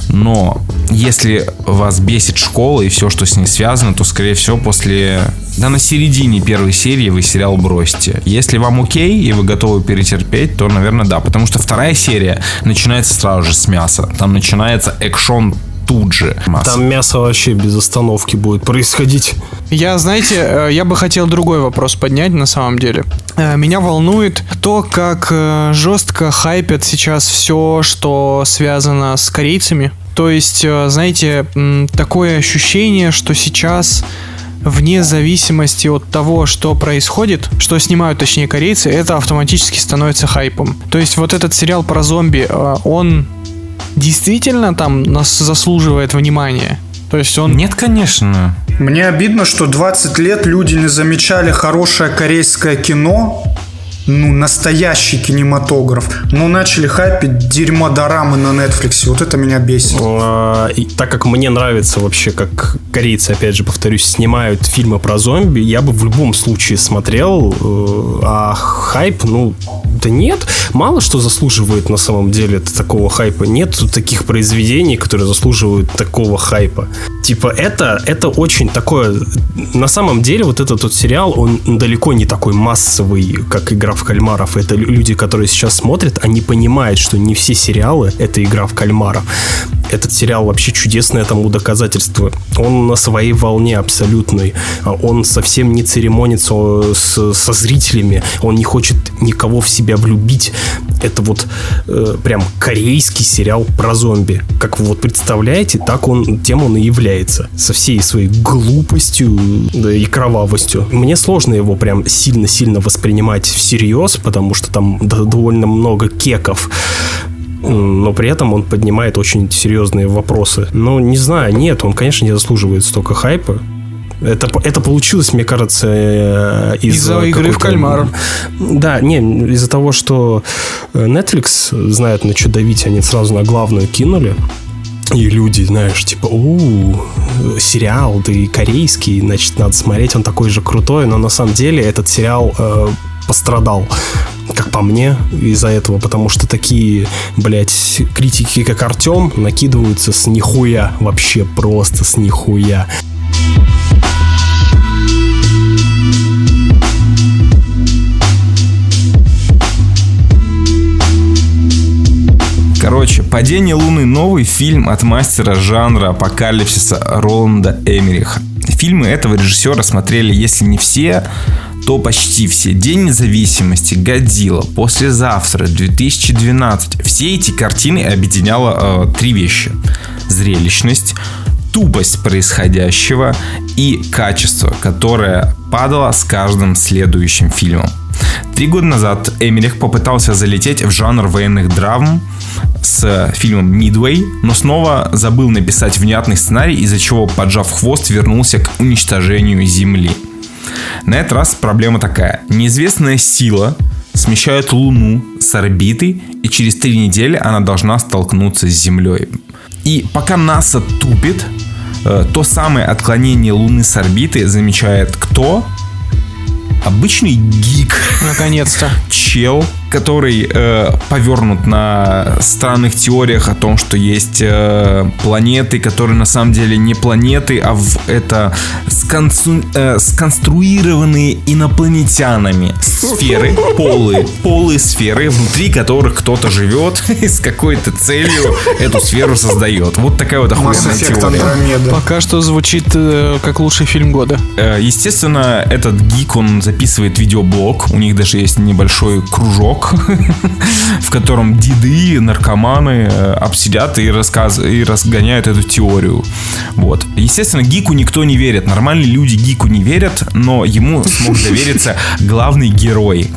Но если вас бесит школа и все, что с ней связано, то, скорее всего, после... Да на середине первой серии вы сериал бросите. Если вам окей и вы готовы перетерпеть, то, наверное, да. Потому что вторая серия начинается сразу же с мяса. Там начинается экшон тут же. Масса. Там мясо вообще без остановки будет происходить. Я, знаете, я бы хотел другой вопрос поднять на самом деле. Меня волнует то, как жестко хайпят сейчас все, что связано с корейцами. То есть, знаете, такое ощущение, что сейчас... вне зависимости от того, что происходит, что снимают, точнее, корейцы, это автоматически становится хайпом. То есть вот этот сериал про зомби, он действительно там нас заслуживает внимания? То есть он... Нет, конечно. Мне обидно, что двадцать лет люди не замечали хорошее корейское кино, ну, настоящий кинематограф, но начали хайпить дерьмодорамы на Netflix. Вот это меня бесит. А, и так как мне нравится вообще, как корейцы, опять же, повторюсь, снимают фильмы про зомби, я бы в любом случае смотрел. А хайп, ну, да нет. Мало что заслуживает на самом деле такого хайпа. Нет таких произведений, которые заслуживают такого хайпа. Типа, это, это очень такое... На самом деле, вот этот вот сериал, он далеко не такой массовый, как «Игра в кальмаров». Это люди, которые сейчас смотрят, они понимают, что не все сериалы — это «Игра в кальмаров». Этот сериал вообще чудесное тому доказательство. Он на своей волне абсолютной. Он совсем не церемонится с, со зрителями. Он не хочет никого в себя влюбить. Это вот э, прям корейский сериал про зомби. Как вы вот представляете, так он, тем он и является. Со всей своей глупостью, да, и кровавостью. Мне сложно его прям сильно-сильно воспринимать всерьез, потому что там довольно много кеков. Но при этом он поднимает очень серьезные вопросы. Но не знаю, нет, он, конечно, не заслуживает столько хайпа. Это, это получилось, мне кажется, из-за, из-за игры в кальмара. Да, не, из-за того, что Netflix знает, на что давить, они сразу на главную кинули. И люди, знаешь, типа, у сериал, да и корейский, значит, надо смотреть, он такой же крутой. Но на самом деле этот сериал э, пострадал, как по мне, из-за этого, потому что такие, блядь, критики, как Артем, накидываются с нихуя, вообще просто с нихуя. Короче, «Падение Луны» — новый фильм от мастера жанра апокалипсиса Роланда Эммериха. Фильмы этого режиссера смотрели, если не все, то почти все. «День независимости», «Годзилла», «Послезавтра», две тысячи двенадцать. Все эти картины объединяло э, три вещи: зрелищность, тупость происходящего и качество, которое падало с каждым следующим фильмом. Три года назад Эммерих попытался залететь в жанр военных драм с фильмом «Мидуэй», но снова забыл написать внятный сценарий, из-за чего, поджав хвост, вернулся к уничтожению Земли. На этот раз проблема такая: неизвестная сила смещает Луну с орбиты, и через три недели она должна столкнуться с Землей. И пока НАСА тупит, то самое отклонение Луны с орбиты замечает кто? Обычный гик. Наконец-то. Чел, который э, повернут на странных теориях о том, что есть э, планеты, которые на самом деле не планеты, а в, это сконсу, э, сконструированные инопланетянами сферы, полые, полые сферы, внутри которых кто-то живет и с какой-то целью эту сферу создает. Вот такая вот охуенная теория. Андромеда. Пока что звучит э, как лучший фильм года. Э, естественно, этот гик, он записывает видеоблог. У них даже есть небольшой кружок, в котором деды, наркоманы обсидят и, рассказ... и разгоняют эту теорию. Вот. Естественно, гику никто не верит. Нормальные люди гику не верят, но ему смог довериться главный герой,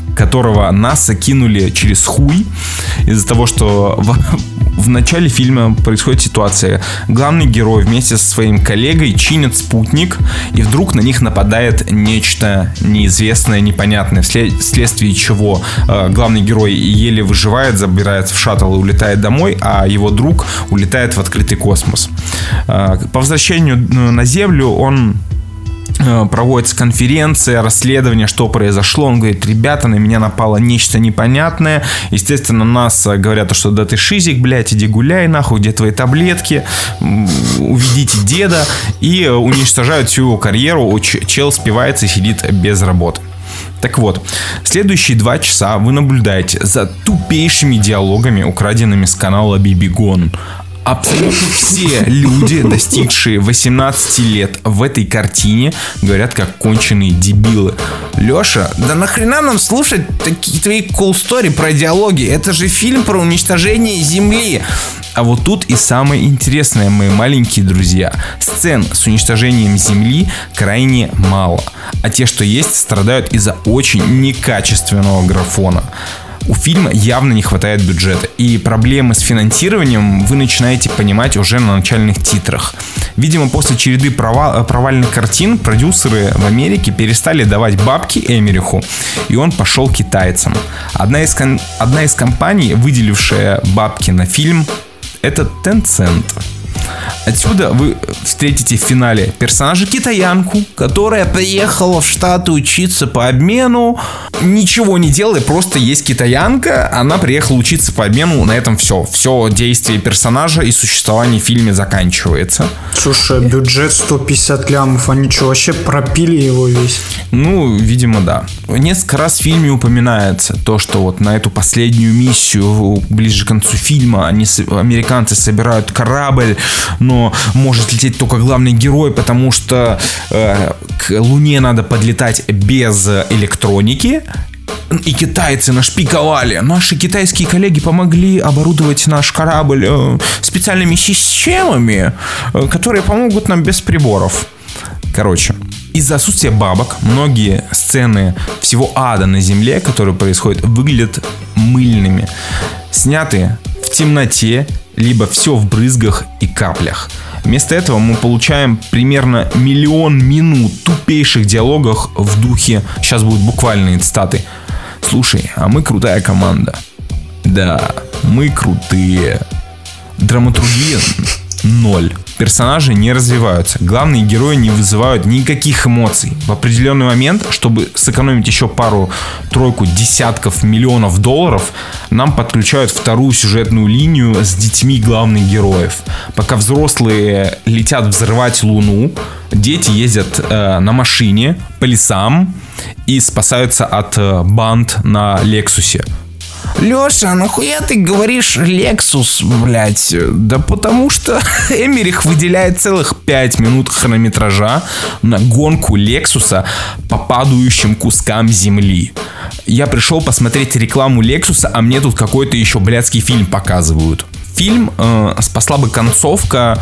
которого НАСА кинули через хуй из-за того, что в, в начале фильма происходит ситуация. Главный герой вместе со своим коллегой чинят спутник, и вдруг на них нападает нечто неизвестное, непонятное, вслед, вследствие чего э, главный герой еле выживает, забирается в шаттл и улетает домой, а его друг улетает в открытый космос. Э, по возвращению на Землю он проводится конференция, расследование, что произошло. Он говорит: ребята, на меня напало нечто непонятное. Естественно, нас говорят, что да ты шизик, блядь, иди гуляй нахуй, где твои таблетки, уведите деда. И уничтожают всю его карьеру. Чел спивается и сидит без работы. Так вот, следующие два часа вы наблюдаете за тупейшими диалогами, украденными с канала Бибигон. Абсолютно все люди, достигшие восемнадцати лет, в этой картине говорят как конченые дебилы. Леша, да нахрена нам слушать такие твои cool story про диалоги? Это же фильм про уничтожение Земли. А вот тут и самое интересное, мои маленькие друзья. Сцен с уничтожением Земли крайне мало. А те, что есть, страдают из-за очень некачественного графона. У фильма явно не хватает бюджета, и проблемы с финансированием вы начинаете понимать уже на начальных титрах. Видимо, после череды провал, провальных картин продюсеры в Америке перестали давать бабки Эмериху, и он пошел к китайцам. Одна из, одна из компаний, выделившая бабки на фильм, это Tencent. Отсюда вы встретите в финале персонажа-китаянку, которая приехала в Штаты учиться по обмену. Ничего не делая, просто есть китаянка. Она приехала учиться по обмену, на этом все. Все действие персонажа и существование в фильме заканчивается. Слушай, бюджет сто пятьдесят лямов, они что, вообще пропили его весь? Ну, видимо, да. Несколько раз в фильме упоминается то, что вот на эту последнюю миссию, ближе к концу фильма, они, американцы собирают корабль, но может лететь только главный герой, потому что э, к Луне надо подлетать без электроники. И китайцы нашпиговали. Наши китайские коллеги помогли оборудовать наш корабль э, специальными системами, э, которые помогут нам без приборов. Короче, из-за отсутствия бабок многие сцены всего ада на Земле, которые происходят, выглядят мыльными. Сняты в темноте, либо все в брызгах и каплях. Вместо этого мы получаем примерно миллион минут тупейших диалогов в духе, сейчас будут буквальные цитаты: слушай, а мы крутая команда. Да, мы крутые. Драматургия ноль. Персонажи не развиваются. Главные герои не вызывают никаких эмоций. В определенный момент, чтобы сэкономить еще пару-тройку десятков миллионов долларов, нам подключают вторую сюжетную линию с детьми главных героев. Пока взрослые летят взрывать Луну, дети ездят э, на машине по лесам и спасаются от э, банд на Лексусе. Леша, нахуя ты говоришь Lexus, блять? Да потому что Эмерих выделяет целых пять минут хронометража на гонку Лексуса по падающим кускам земли. Я пришел посмотреть рекламу Лексуса, а мне тут какой-то еще блядский фильм показывают. Фильм э, спасла бы концовка,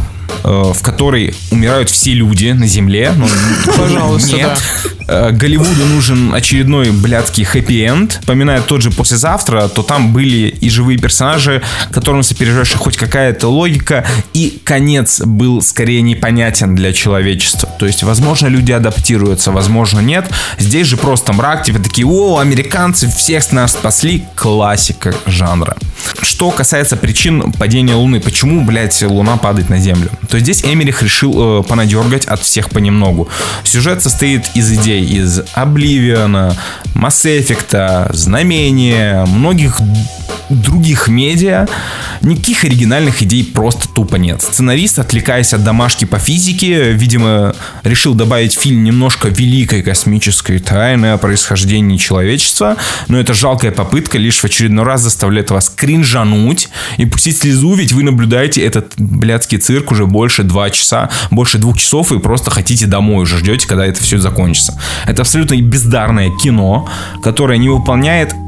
в которой умирают все люди на земле. Но, пожалуйста, нет. Да. Голливуду нужен очередной блядский хэппи-энд. Поминая тот же «Послезавтра», то там были и живые персонажи, которым сопереживаешь хоть какая-то логика, и конец был скорее непонятен для человечества. То есть, возможно, люди адаптируются, возможно, нет. Здесь же просто мрак, типа такие: о, американцы всех нас спасли. Классика жанра. Что касается причин падения Луны, почему, блядь, Луна падает на Землю, то здесь Эмерих решил э, понадергать от всех понемногу. Сюжет состоит из идей из Обливиона, Mass Effect, Знамения, многих других медиа. Никаких оригинальных идей просто тупо нет. Сценарист, отвлекаясь от домашки по физике, видимо, решил добавить в фильм немножко великой космической тайны о происхождении человечества, но эта жалкая попытка лишь в очередной раз заставляет вас кринжануть и пустить слезу, ведь вы наблюдаете этот блядский цирк уже больше два часа, больше двух часов, и просто хотите домой, уже ждете, когда это все закончится. Это абсолютно бездарное кино, которое не выполняет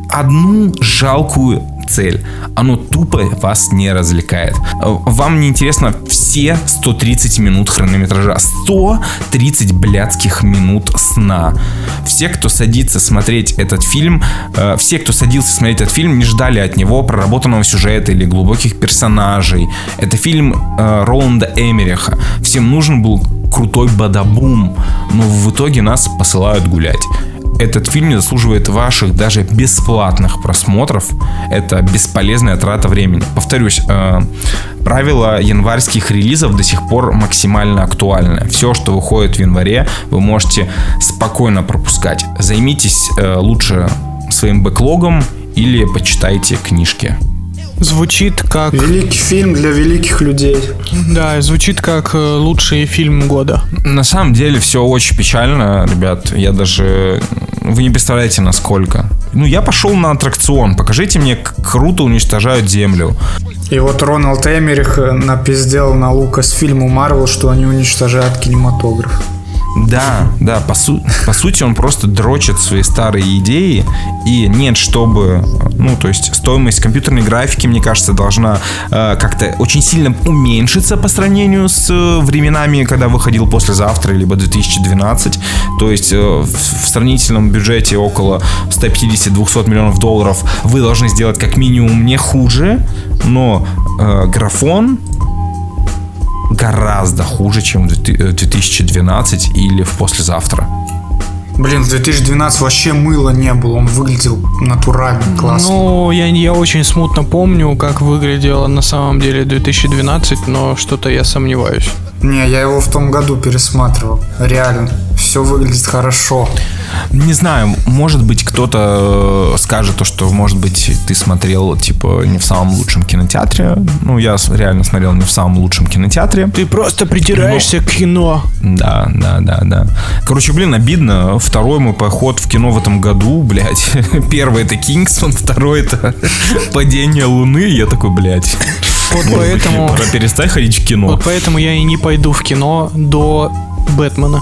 одну жалкую цель. Оно тупо вас не развлекает. Вам не интересно все сто тридцать минут хронометража. сто тридцать блядских минут сна. Все, кто садится смотреть этот фильм, э, все, кто садился смотреть этот фильм, не ждали от него проработанного сюжета или глубоких персонажей. Это фильм э, Роланда Эммериха. Всем нужен был крутой бадабум, но в итоге нас посылают гулять. Этот фильм не заслуживает ваших даже бесплатных просмотров. Это бесполезная трата времени. Повторюсь, э, правило январских релизов до сих пор максимально актуальны. Все, что выходит в январе, вы можете спокойно пропускать. Займитесь э, лучше своим бэклогом или почитайте книжки. Звучит как... Великий фильм для великих людей. Да, звучит как лучший фильм года. На самом деле все очень печально, ребят. Я даже... Вы не представляете, насколько. Ну, я пошел на аттракцион. Покажите мне, как круто уничтожают Землю. И вот Роналд Эммерих напиздел на Лукасфильму Марвел, что они уничтожают кинематограф. Да, да, по, су- по сути он просто дрочит свои старые идеи. И нет, чтобы, ну, то есть стоимость компьютерной графики, мне кажется, должна э, как-то очень сильно уменьшиться по сравнению с э, временами, когда выходил «Послезавтра» либо две тысячи двенадцать. То есть э, в, в сравнительном бюджете около сто пятьдесят - двести миллионов долларов вы должны сделать как минимум не хуже, но э, графон гораздо хуже, чем в две тысячи двенадцать или в «Послезавтра». Блин, в две тысячи двенадцатом вообще мыла не было, он выглядел натурально, классно. Ну, я, я очень смутно помню, как выглядело на самом деле две тысячи двенадцать, но что-то я сомневаюсь. Не, я его в том году пересматривал, реально, все выглядит хорошо. Не знаю, может быть, кто-то скажет то, что, может быть, ты смотрел, типа, не в самом лучшем кинотеатре. Ну, я реально смотрел не в самом лучшем кинотеатре. Ты просто придираешься Но... к кино. Да, да, да, да. Короче, блин, обидно. Второй мой поход в кино в этом году, блядь. Первый — это «Кингсман», второй — это «Падение Луны». Я такой, блядь. Вот может поэтому... Быть, пора перестать ходить в кино. Вот поэтому я и не пойду в кино до «Бэтмена».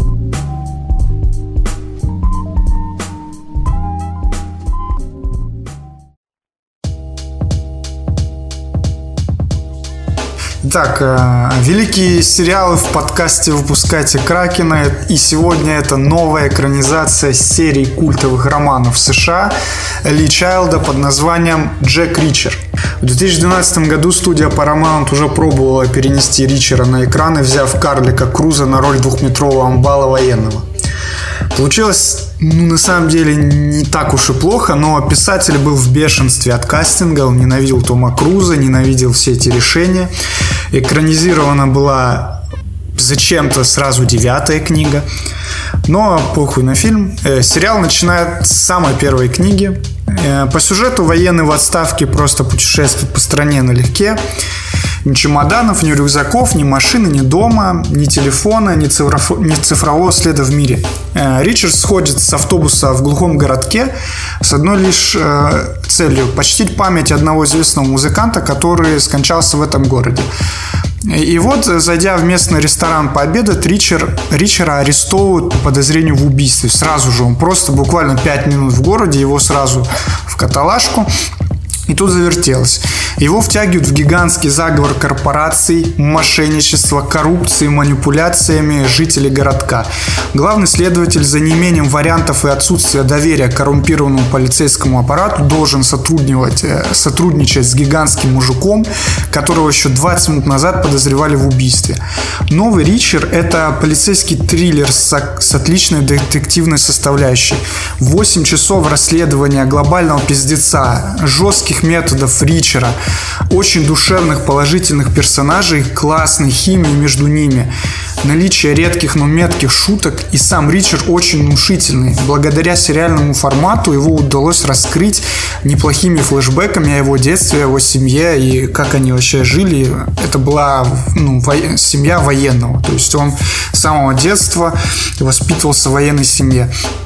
Так, э, великие сериалы в подкасте «Выпускайте Кракена». И сегодня это новая экранизация серии культовых романов США Ли Чайлда под названием «Джек Ричер». В две тысячи двенадцатом году студия Paramount уже пробовала перенести Ричера на экраны, взяв Карлика Круза на роль двухметрового амбала военного. Получилось, ну, на самом деле, не так уж и плохо, но писатель был в бешенстве от кастинга, он ненавидел Тома Круза, ненавидел все эти решения. Экранизирована была зачем-то сразу девятая книга, но похуй на фильм. Сериал начинает с самой первой книги. По сюжету военный в отставке просто путешествует по стране налегке. Ни чемоданов, ни рюкзаков, ни машины, ни дома, ни телефона, ни, цифрофо... ни цифрового следа в мире. Ричард сходит с автобуса в глухом городке с одной лишь э, целью – почтить память одного известного музыканта, который скончался в этом городе. И вот, зайдя в местный ресторан пообедать, Ричер, Ричера арестовывают по подозрению в убийстве. Сразу же, он просто буквально пять минут в городе, его сразу в каталажку. И тут завертелось. Его втягивают в гигантский заговор корпораций, мошенничество, коррупции, манипуляциями жителей городка. Главный следователь за неимением вариантов и отсутствия доверия к коррумпированному полицейскому аппарату должен сотрудничать, сотрудничать с гигантским мужиком, которого еще двадцать минут назад подозревали в убийстве. Новый Ричер – это полицейский триллер с, с отличной детективной составляющей. восемь часов расследования глобального пиздеца, жестких методов Ричера, очень душевных положительных персонажей, классной химии между ними, наличие редких, но метких шуток, и сам Ричер очень внушительный. Благодаря сериальному формату его удалось раскрыть неплохими флешбэками о его детстве, о его семье и как они вообще жили. Это была, ну, во... семья военного, то есть он с самого детства воспитывался в военной семье.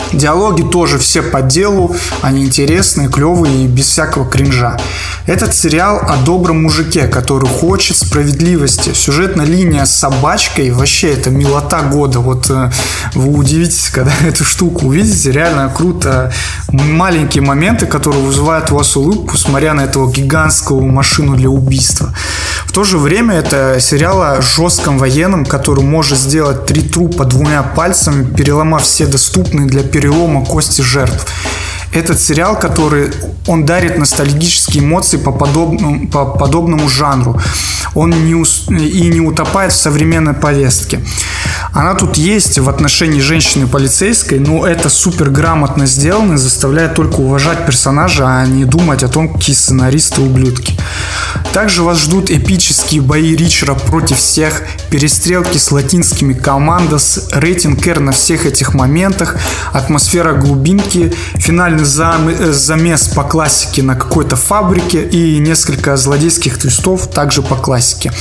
Диалоги тоже все по делу, они интересные, клевые и без всякого кринжа. Этот сериал о добром мужике, который хочет справедливости. Сюжетная линия с собачкой, вообще это милота года. Вот э, вы удивитесь, когда эту штуку увидите, реально круто. Маленькие моменты, которые вызывают у вас улыбку, смотря на этого гигантского машину для убийства. В то же время это сериал о жестком военном, который может сделать три трупа двумя пальцами, переломав все доступные для перелома кости жертв. Этот сериал, который он дарит ностальгические эмоции по подобному, по подобному жанру. Он не ус... и не утопает в современной повестке. Она тут есть в отношении женщины-полицейской, но это супер грамотно сделано и заставляет только уважать персонажа, а не думать о том, какие сценаристы ублюдки. Также вас ждут эпические бои Ричера против всех, перестрелки с латинскими командос, рейтинг R на всех этих моментах, атмосфера глубинки, финальный зам... замес по классике на какой-то фабрике и несколько злодейских твистов также по классике.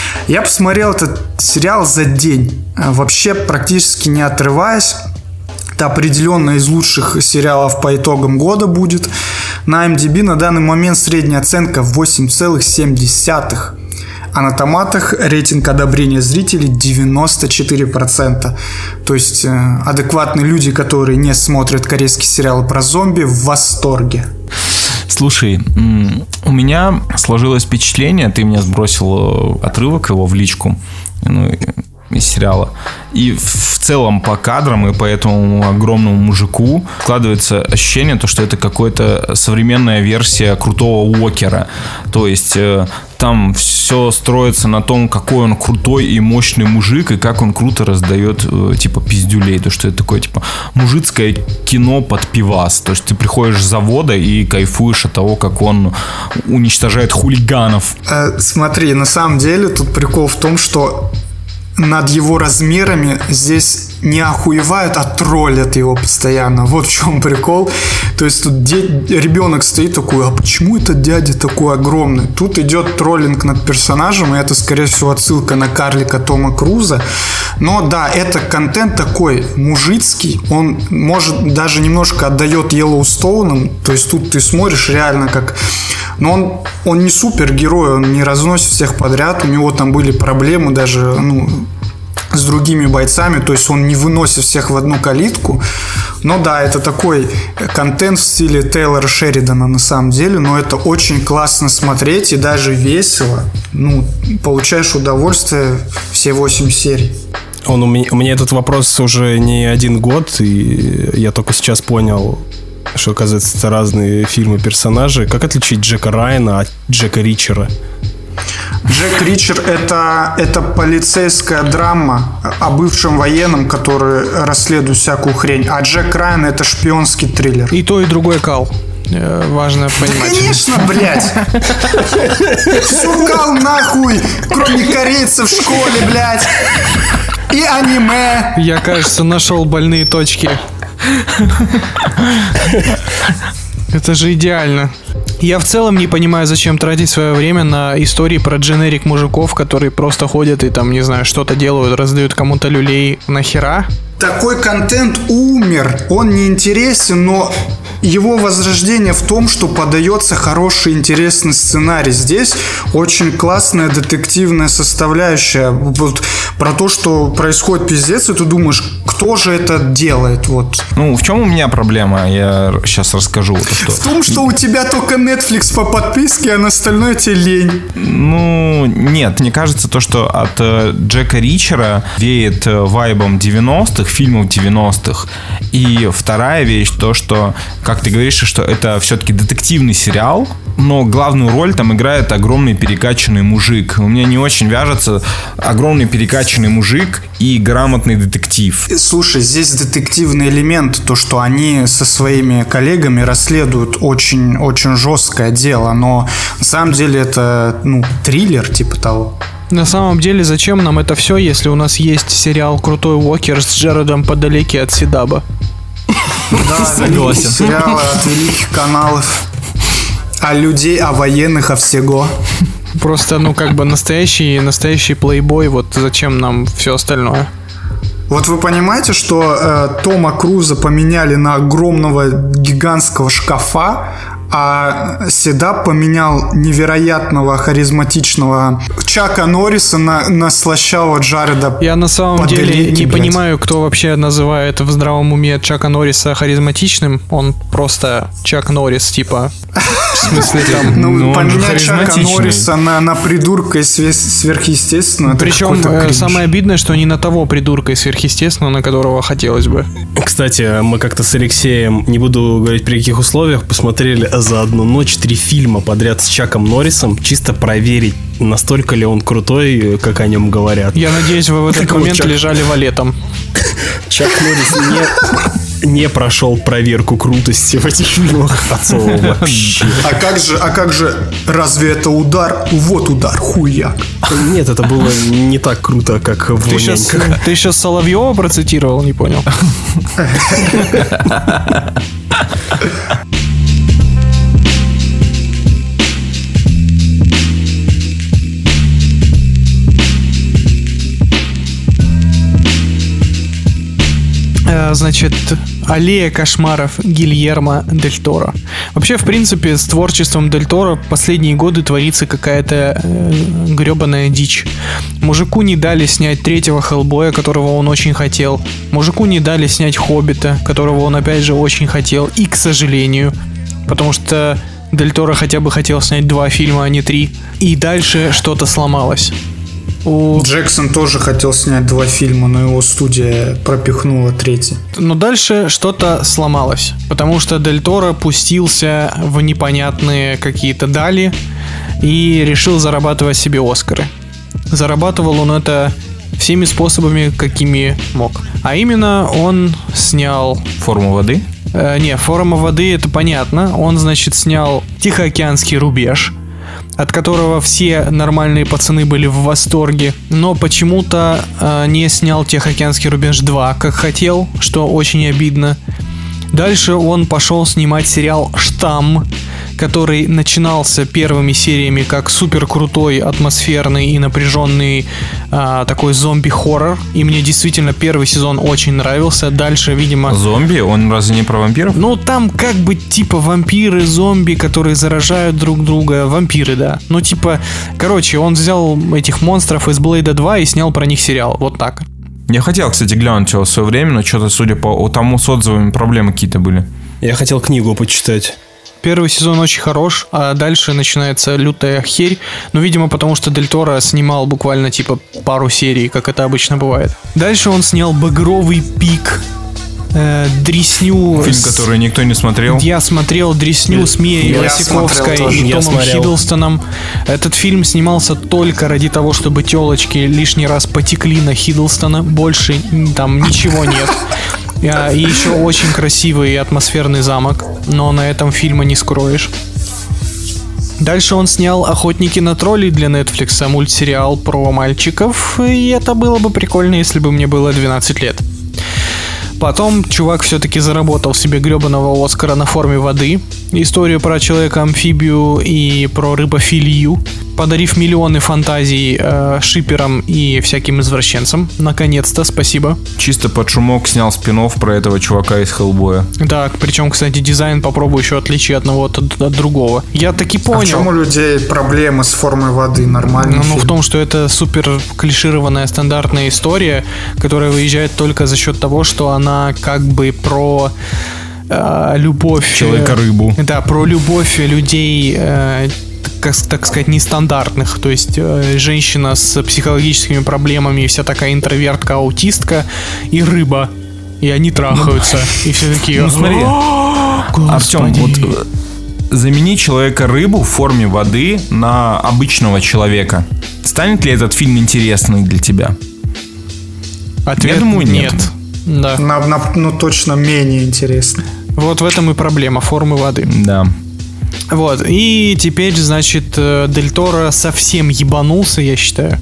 Я посмотрел этот сериал за день, вообще практически не отрываясь. Это определенно из лучших сериалов по итогам года будет. На эм ди би на данный момент средняя оценка восемь целых семь десятых. А на томатах рейтинг одобрения зрителей девяносто четыре процента. То есть э, адекватные люди, которые не смотрят корейские сериалы про зомби, в восторге. Слушай, у меня сложилось впечатление, ты мне сбросил отрывок его в личку, ну, из сериала. И в целом по кадрам и по этому огромному мужику складывается ощущение, то, что это какая-то современная версия крутого Уокера. То есть там все строится на том, какой он крутой и мощный мужик, и как он круто раздает типа пиздюлей. То, что это такое типа мужицкое кино под пивас. То есть ты приходишь с завода и кайфуешь от того, как он уничтожает хулиганов. Э, смотри, на самом деле тут прикол в том, что над его размерами здесь не охуевают, а троллят его постоянно. Вот в чем прикол. То есть тут дед, ребенок стоит такой: а почему этот дядя такой огромный? Тут идет троллинг над персонажем, и это, скорее всего, отсылка на карлика Тома Круза. Но да, это контент такой мужицкий. Он, может, даже немножко отдает Йеллоустоунам. То есть тут ты смотришь реально как... Но он, он не супергерой, он не разносит всех подряд. У него там были проблемы даже, ну, с другими бойцами. То есть он не выносит всех в одну калитку. Но да, это такой контент в стиле Тейлора Шеридана на самом деле. Но это очень классно смотреть и даже весело. Ну, получаешь удовольствие все восемь серий. Он, у, меня, у меня этот вопрос уже не один год, и я только сейчас понял, что, оказывается, это разные фильмы, персонажи. Как отличить Джека Райана от Джека Ричера? Джек Ричер это, это полицейская драма о бывшем военном, который расследует всякую хрень. А Джек Райан это шпионский триллер. И то, и другой кал. Важно понимать. Да, конечно, блядь. Сукал нахуй, кроме корейцев в школе, блядь. И аниме. Я, кажется, нашел больные точки. Это же идеально. Я в целом не понимаю, зачем тратить свое время на истории про дженерик мужиков, которые просто ходят и там, не знаю, что-то делают, раздают кому-то люлей. Нахера? Такой контент умер, он не интересен, но его возрождение в том, что подается хороший, интересный сценарий. Здесь очень классная детективная составляющая. Вот про то, что происходит пиздец, и ты думаешь, кто же это делает? Вот. Ну, в чем у меня проблема? Я сейчас расскажу. Что... В том, что у тебя только Netflix по подписке, а на остальное тебе лень. Ну, нет, мне кажется, то, что от э, Джека Ричера веет э, вайбом девяностых, фильмов девяностых. И вторая вещь, то, что, как ты говоришь, что это все-таки детективный сериал, но главную роль там играет огромный перекачанный мужик. У меня не очень вяжется огромный перекачанный мужик и грамотный детектив. Слушай, здесь детективный элемент, то, что они со своими коллегами расследуют очень, очень жесткое дело, но на самом деле это, ну, триллер типа того. На самом деле, зачем нам это все, если у нас есть сериал «Крутой Уокер» с Джаредом Падалеки от Сидаба? Да, согласен. Сериалы от великих каналов. О людей, о военных, о всего. Просто, ну, как бы настоящий, настоящий плейбой, вот зачем нам все остальное? Вот вы понимаете, что э, Тома Круза поменяли на огромного гигантского шкафа, а Седап поменял невероятного харизматичного Чака Норриса на, на слащавого Джареда. Я на самом Паделики, деле не блядь. понимаю, кто вообще называет в здравом уме Чака Норриса харизматичным. Он просто Чак Норрис, типа. В смысле там... Ну, Ну, он же поменять Чака харизматичный. Норриса на, на придурка из све- сверхъестественного, это Причем какой-то э, кринж. самое обидное, что не на того придурка из сверхъестественного, на которого хотелось бы. Кстати, мы как-то с Алексеем, не буду говорить при каких условиях, посмотрели за одну ночь три фильма подряд с Чаком Норрисом, чисто проверить, настолько ли он крутой, как о нем говорят. Я надеюсь, вы в этот Так вот, момент Чак- лежали валетом. Чак Норрис не, не прошел проверку крутости в этих фильмах от слова вообще. А как же, а как же, разве это удар? Вот удар, хуяк. Нет, это было не так круто, как в Ты сейчас, «Няньках». ты сейчас Соловьева процитировал, не понял. Э, Значит, аллея кошмаров Гильермо Дель Торо. Вообще, в принципе, с творчеством Дель Торо последние годы творится какая-то э, гребаная дичь. Мужику не дали снять третьего Хеллбоя, которого он очень хотел. Мужику не дали снять Хоббита, которого он опять же очень хотел. И, к сожалению, потому что Дель Торо хотя бы хотел снять два фильма, а не три. И дальше что-то сломалось. У... Джексон тоже хотел снять два фильма, но его студия пропихнула третий. Но дальше что-то сломалось, потому что Дель Торо пустился в непонятные какие-то дали и решил зарабатывать себе Оскары. Зарабатывал он это всеми способами, какими мог. А именно он снял... Форму воды? Э, не, «Форма воды» это понятно. Он, значит, снял «Тихоокеанский рубеж», от которого все нормальные пацаны были в восторге, но почему-то э, не снял «Тихоокеанский рубеж два», как хотел, что очень обидно. Дальше он пошел снимать сериал «Штамм», который начинался первыми сериями как супер крутой, атмосферный и напряженный э, такой зомби-хоррор. И мне действительно первый сезон очень нравился. Дальше, видимо... Зомби? Он разве не про вампиров? Ну, там как бы типа вампиры, зомби, которые заражают друг друга. Вампиры, да. Ну, типа, короче, он взял этих монстров из Блейда два и снял про них сериал. Вот так. Я хотел, кстати, глянуть его в свое время, но что-то, судя по тому, с отзывами проблемы какие-то были. Я хотел книгу почитать. Первый сезон очень хорош, а дальше начинается лютая херь. Ну, видимо, потому что Дель Торо снимал буквально типа пару серий, как это обычно бывает. Дальше он снял «Багровый пик», э, дресню... Фильм, с- который никто не смотрел. Я смотрел дресню с Мией Я Васиковской смотрел тоже. и Я Томом смотрел. Хиддлстоном. Этот фильм снимался только ради того, чтобы телочки лишний раз потекли на Хиддлстона. Больше м, там ничего нет. А, И еще очень красивый и атмосферный замок, но на этом фильма не скроешь. Дальше он снял «Охотники на троллей» для Netflix, мультсериал про мальчиков, и это было бы прикольно, если бы мне было двенадцать лет. Потом чувак все-таки заработал себе гребаного Оскара на «Форме воды», историю про человека-амфибию и про рыбофилию, подарив миллионы фантазий э, шиперам и всяким извращенцам. Наконец-то, спасибо. Чисто под шумок снял спин-офф про этого чувака из Хеллбоя. Да, причем, кстати, дизайн попробую еще отличить одного от, от другого. Я таки А в чем у понял. людей проблемы с формой воды? Нормальный Ну, ну, фильм. в том, что это супер клишированная стандартная история, которая выезжает только за счет того, что она как бы про э, любовь... Человека-рыбу. Да, про любовь людей, э, как, так сказать, нестандартных. То есть э, женщина с психологическими проблемами, и вся такая интровертка, аутистка и рыба. И они трахаются. И все такие... Ну смотри, Артем, вот э, замени человека-рыбу в форме воды на обычного человека. Станет ли этот фильм интересный для тебя? Ответ Я думаю, нет. Да. На- на- ну, точно менее интересно. Вот в этом и проблема формы воды. Да. Вот. И теперь, значит, э, Дель Торо совсем ебанулся, я считаю.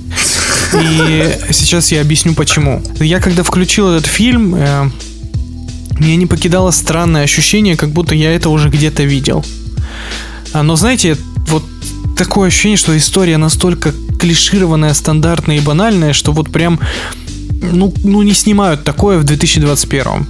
И сейчас я объясню почему. Я когда включил этот фильм, э, меня не покидало странное ощущение, как будто я это уже где-то видел. А, Но знаете, вот такое ощущение, что история настолько клишированная, стандартная и банальная, что вот прям ну, ну не снимают такое в две тысячи двадцать первом.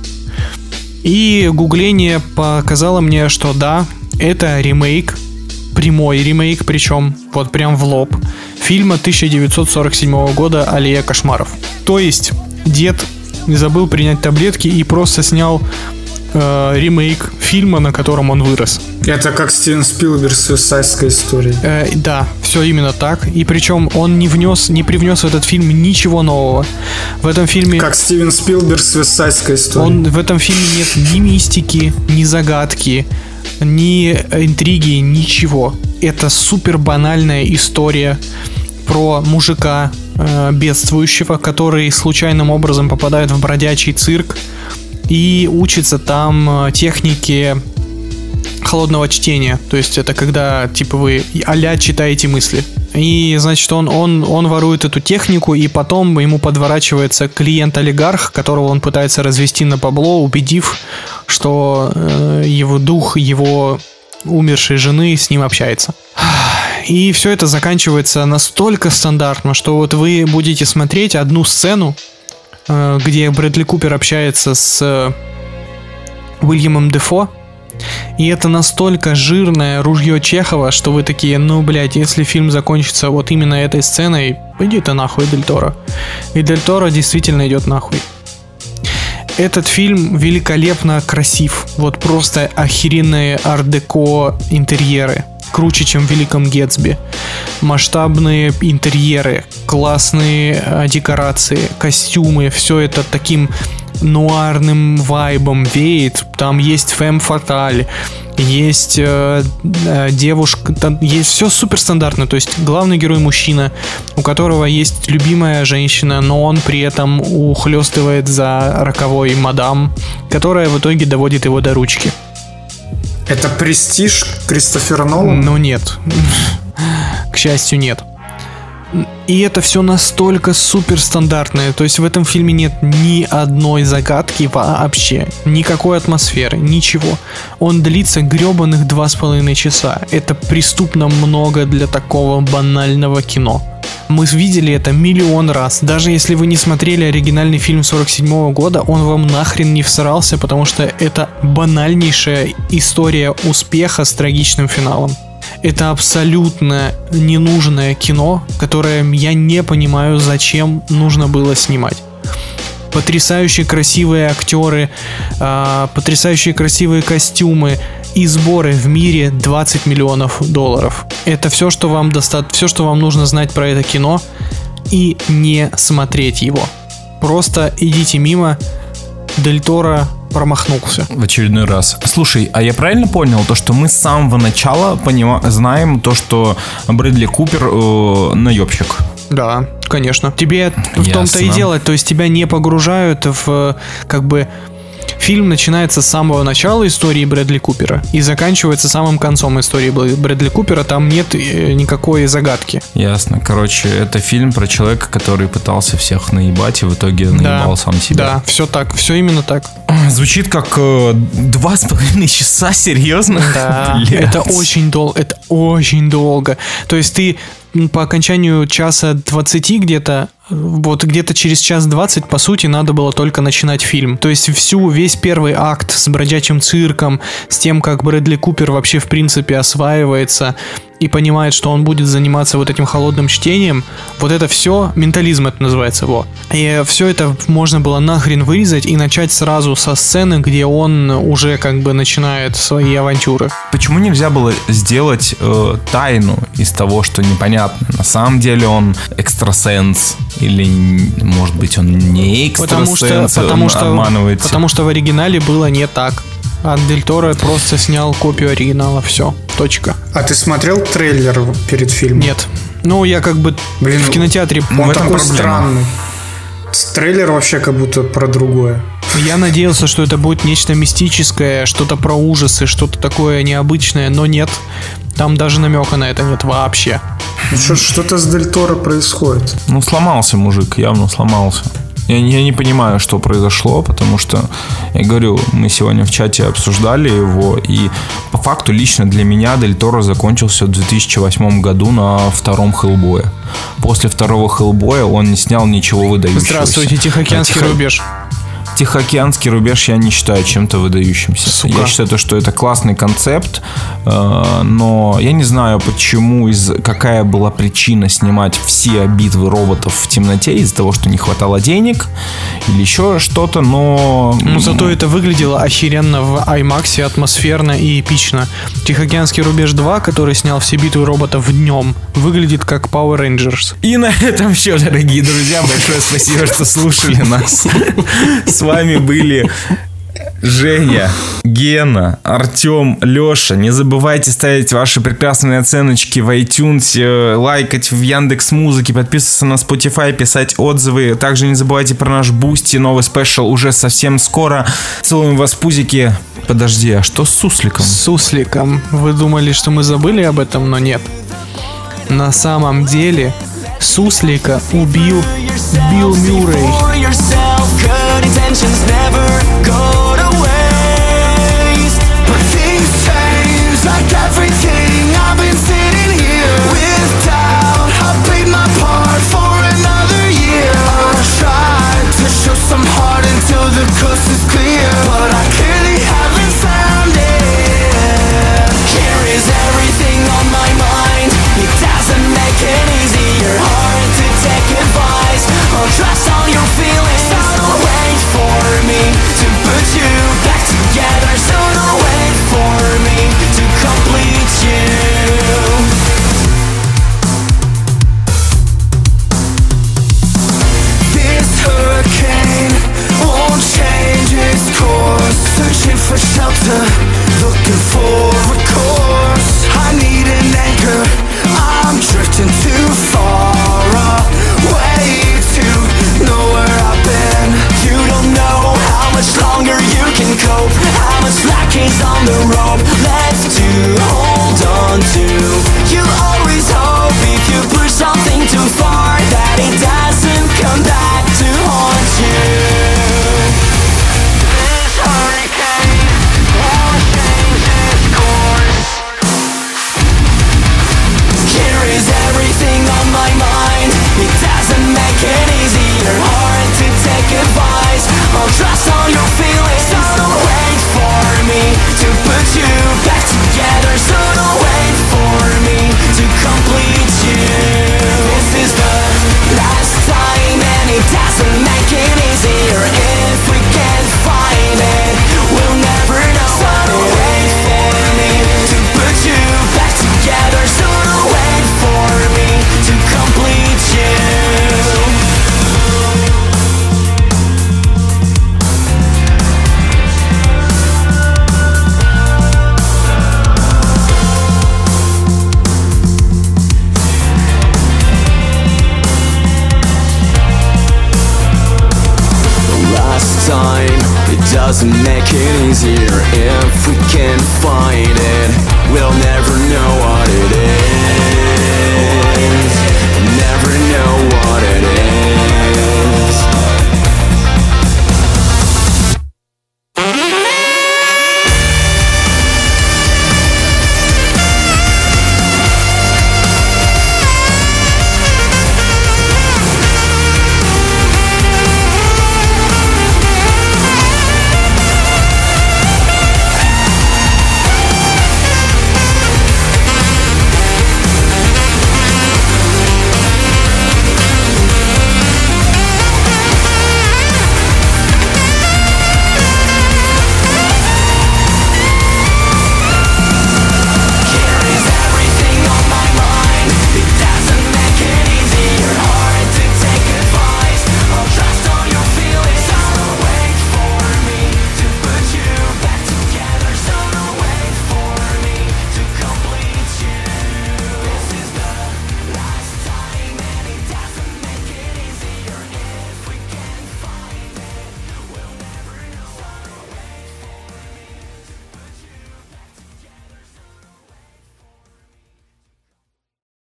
И гугление показало мне, что да, это ремейк, прямой ремейк, причем вот прям в лоб, фильма тысяча девятьсот сорок седьмого года «Аллея кошмаров». То есть дед не забыл принять таблетки и просто снял э, ремейк фильма, на котором он вырос. Это как Стивен Спилберг с «Суисайдской историей». Э, да, все именно так. И причем он не внес, не привнес в этот фильм ничего нового. В этом фильме... Как Стивен Спилберг с «Суисайдской историей». Он, в этом фильме нет ни мистики, ни загадки, ни интриги, ничего. Это супер банальная история про мужика э, бедствующего, который случайным образом попадает в бродячий цирк и учится там технике холодного чтения. То есть это когда типа вы а-ля читаете мысли. И значит он, он, он ворует эту технику, и потом ему подворачивается клиент-олигарх, которого он пытается развести на бабло, убедив, что э, его дух его умершей жены с ним общается. И все это заканчивается настолько стандартно, что вот вы будете смотреть одну сцену, э, где Брэдли Купер общается с э, Уильямом Дефо, и это настолько жирное ружье Чехова, что вы такие, ну, блядь, если фильм закончится вот именно этой сценой, иди ты нахуй, Дель Торо. И Дель Торо действительно идет нахуй. Этот фильм великолепно красив. Вот просто охеренные ар-деко интерьеры. Круче, чем в «Великом Гетсби». Масштабные интерьеры, классные э, декорации, костюмы. Все это таким нуарным вайбом веет. Там есть фэм фаталь, есть э, э, девушка, там есть все супер стандартно. То есть главный герой мужчина, у которого есть любимая женщина, но он при этом ухлёстывает за роковой мадам, которая в итоге доводит его до ручки. Это «Престиж» Кристофера Нолана? Ну нет. К счастью, нет. И это все настолько супер стандартное. То есть в этом фильме нет ни одной загадки вообще. Никакой атмосферы, ничего. Он длится гребаных два с половиной часа. Это преступно много для такого банального кино. Мы видели это миллион раз. Даже если вы не смотрели оригинальный фильм сорок седьмого года, он вам нахрен не всрался, потому что это банальнейшая история успеха с трагичным финалом. Это абсолютно ненужное кино, которое я не понимаю, зачем нужно было снимать. Потрясающе красивые актеры, э, потрясающие красивые костюмы и сборы в мире двадцать миллионов долларов. Это все, что вам доста... все, что вам нужно знать про это кино, и не смотреть его. Просто идите мимо. Дель Торо промахнулся. В очередной раз. Слушай, а я правильно понял, то, что мы с самого начала поним... знаем то, что Брэдли Купер э, наебщик? Да, конечно. Тебе в том-то и дело, то есть тебя не погружают в, как бы, фильм начинается с самого начала истории Брэдли Купера и заканчивается самым концом истории Брэдли Купера, там нет никакой загадки. Ясно. Короче, это фильм про человека, который пытался всех наебать и в итоге наебал да, сам себя. Да, все так, все именно так. Звучит как э, два с половиной часа, серьезно? Да, это очень долго, это очень долго. То есть ты по окончанию часа двадцати где-то, вот где-то через час двадцать, по сути, надо было только начинать фильм. То есть всю, весь первый акт с бродячим цирком, с тем, как Брэдли Купер вообще в принципе осваивается и понимает, что он будет заниматься вот этим холодным чтением, вот это все, ментализм это называется, во. И все это можно было нахрен вырезать и начать сразу со сцены, где он уже как бы начинает свои авантюры. Почему нельзя было сделать э, тайну из того, что непонятно? На самом деле он экстрасенс или, может быть, он не экстрасенс, потому что, потому он что, обманывает. Потому что в оригинале было не так. А Дель Торо просто снял копию оригинала, все, точка. А ты смотрел трейлер перед фильмом? Нет. Ну, я как бы Блин, в кинотеатре... Он такой странный. Трейлер вообще как будто про другое. Я надеялся, что это будет нечто мистическое, что-то про ужасы, что-то такое необычное, но нет. Там даже намека на это нет вообще. Ну, что, что-то с Дель Торо происходит. Ну, сломался мужик, явно сломался. Я, я не понимаю, что произошло, потому что, я говорю, мы сегодня в чате обсуждали его, и по факту лично для меня Дель Торо закончился в две тысячи восьмом году на втором Хеллбое. После второго Хеллбоя он не снял ничего выдающегося. Здравствуйте, Тихоокеанский Тихо... рубеж. Тихоокеанский рубеж я не считаю чем-то выдающимся. Сука. Я считаю, что это классный концепт, но я не знаю, почему, из какая была причина снимать все битвы роботов в темноте, из-за того, что не хватало денег или еще что-то, но... Ну, зато это выглядело охеренно в IMAX, атмосферно и эпично. Тихоокеанский рубеж два, который снял все битвы роботов днем, выглядит как Power Rangers. И на этом все, дорогие друзья. Большое спасибо, что слушали нас. С вами были Женя, Гена, Артем, Леша. Не забывайте ставить ваши прекрасные оценочки в iTunes, лайкать в Яндекс.Музыке, подписываться на Spotify, писать отзывы. Также не забывайте про наш Бусти, новый спешл уже совсем скоро. Целуем вас, пузики. Подожди, а что с Сусликом? С Сусликом. Вы думали, что мы забыли об этом, но нет. На самом деле Суслика убил Билл Мюррей. Intentions never go to waste, but things change like everything.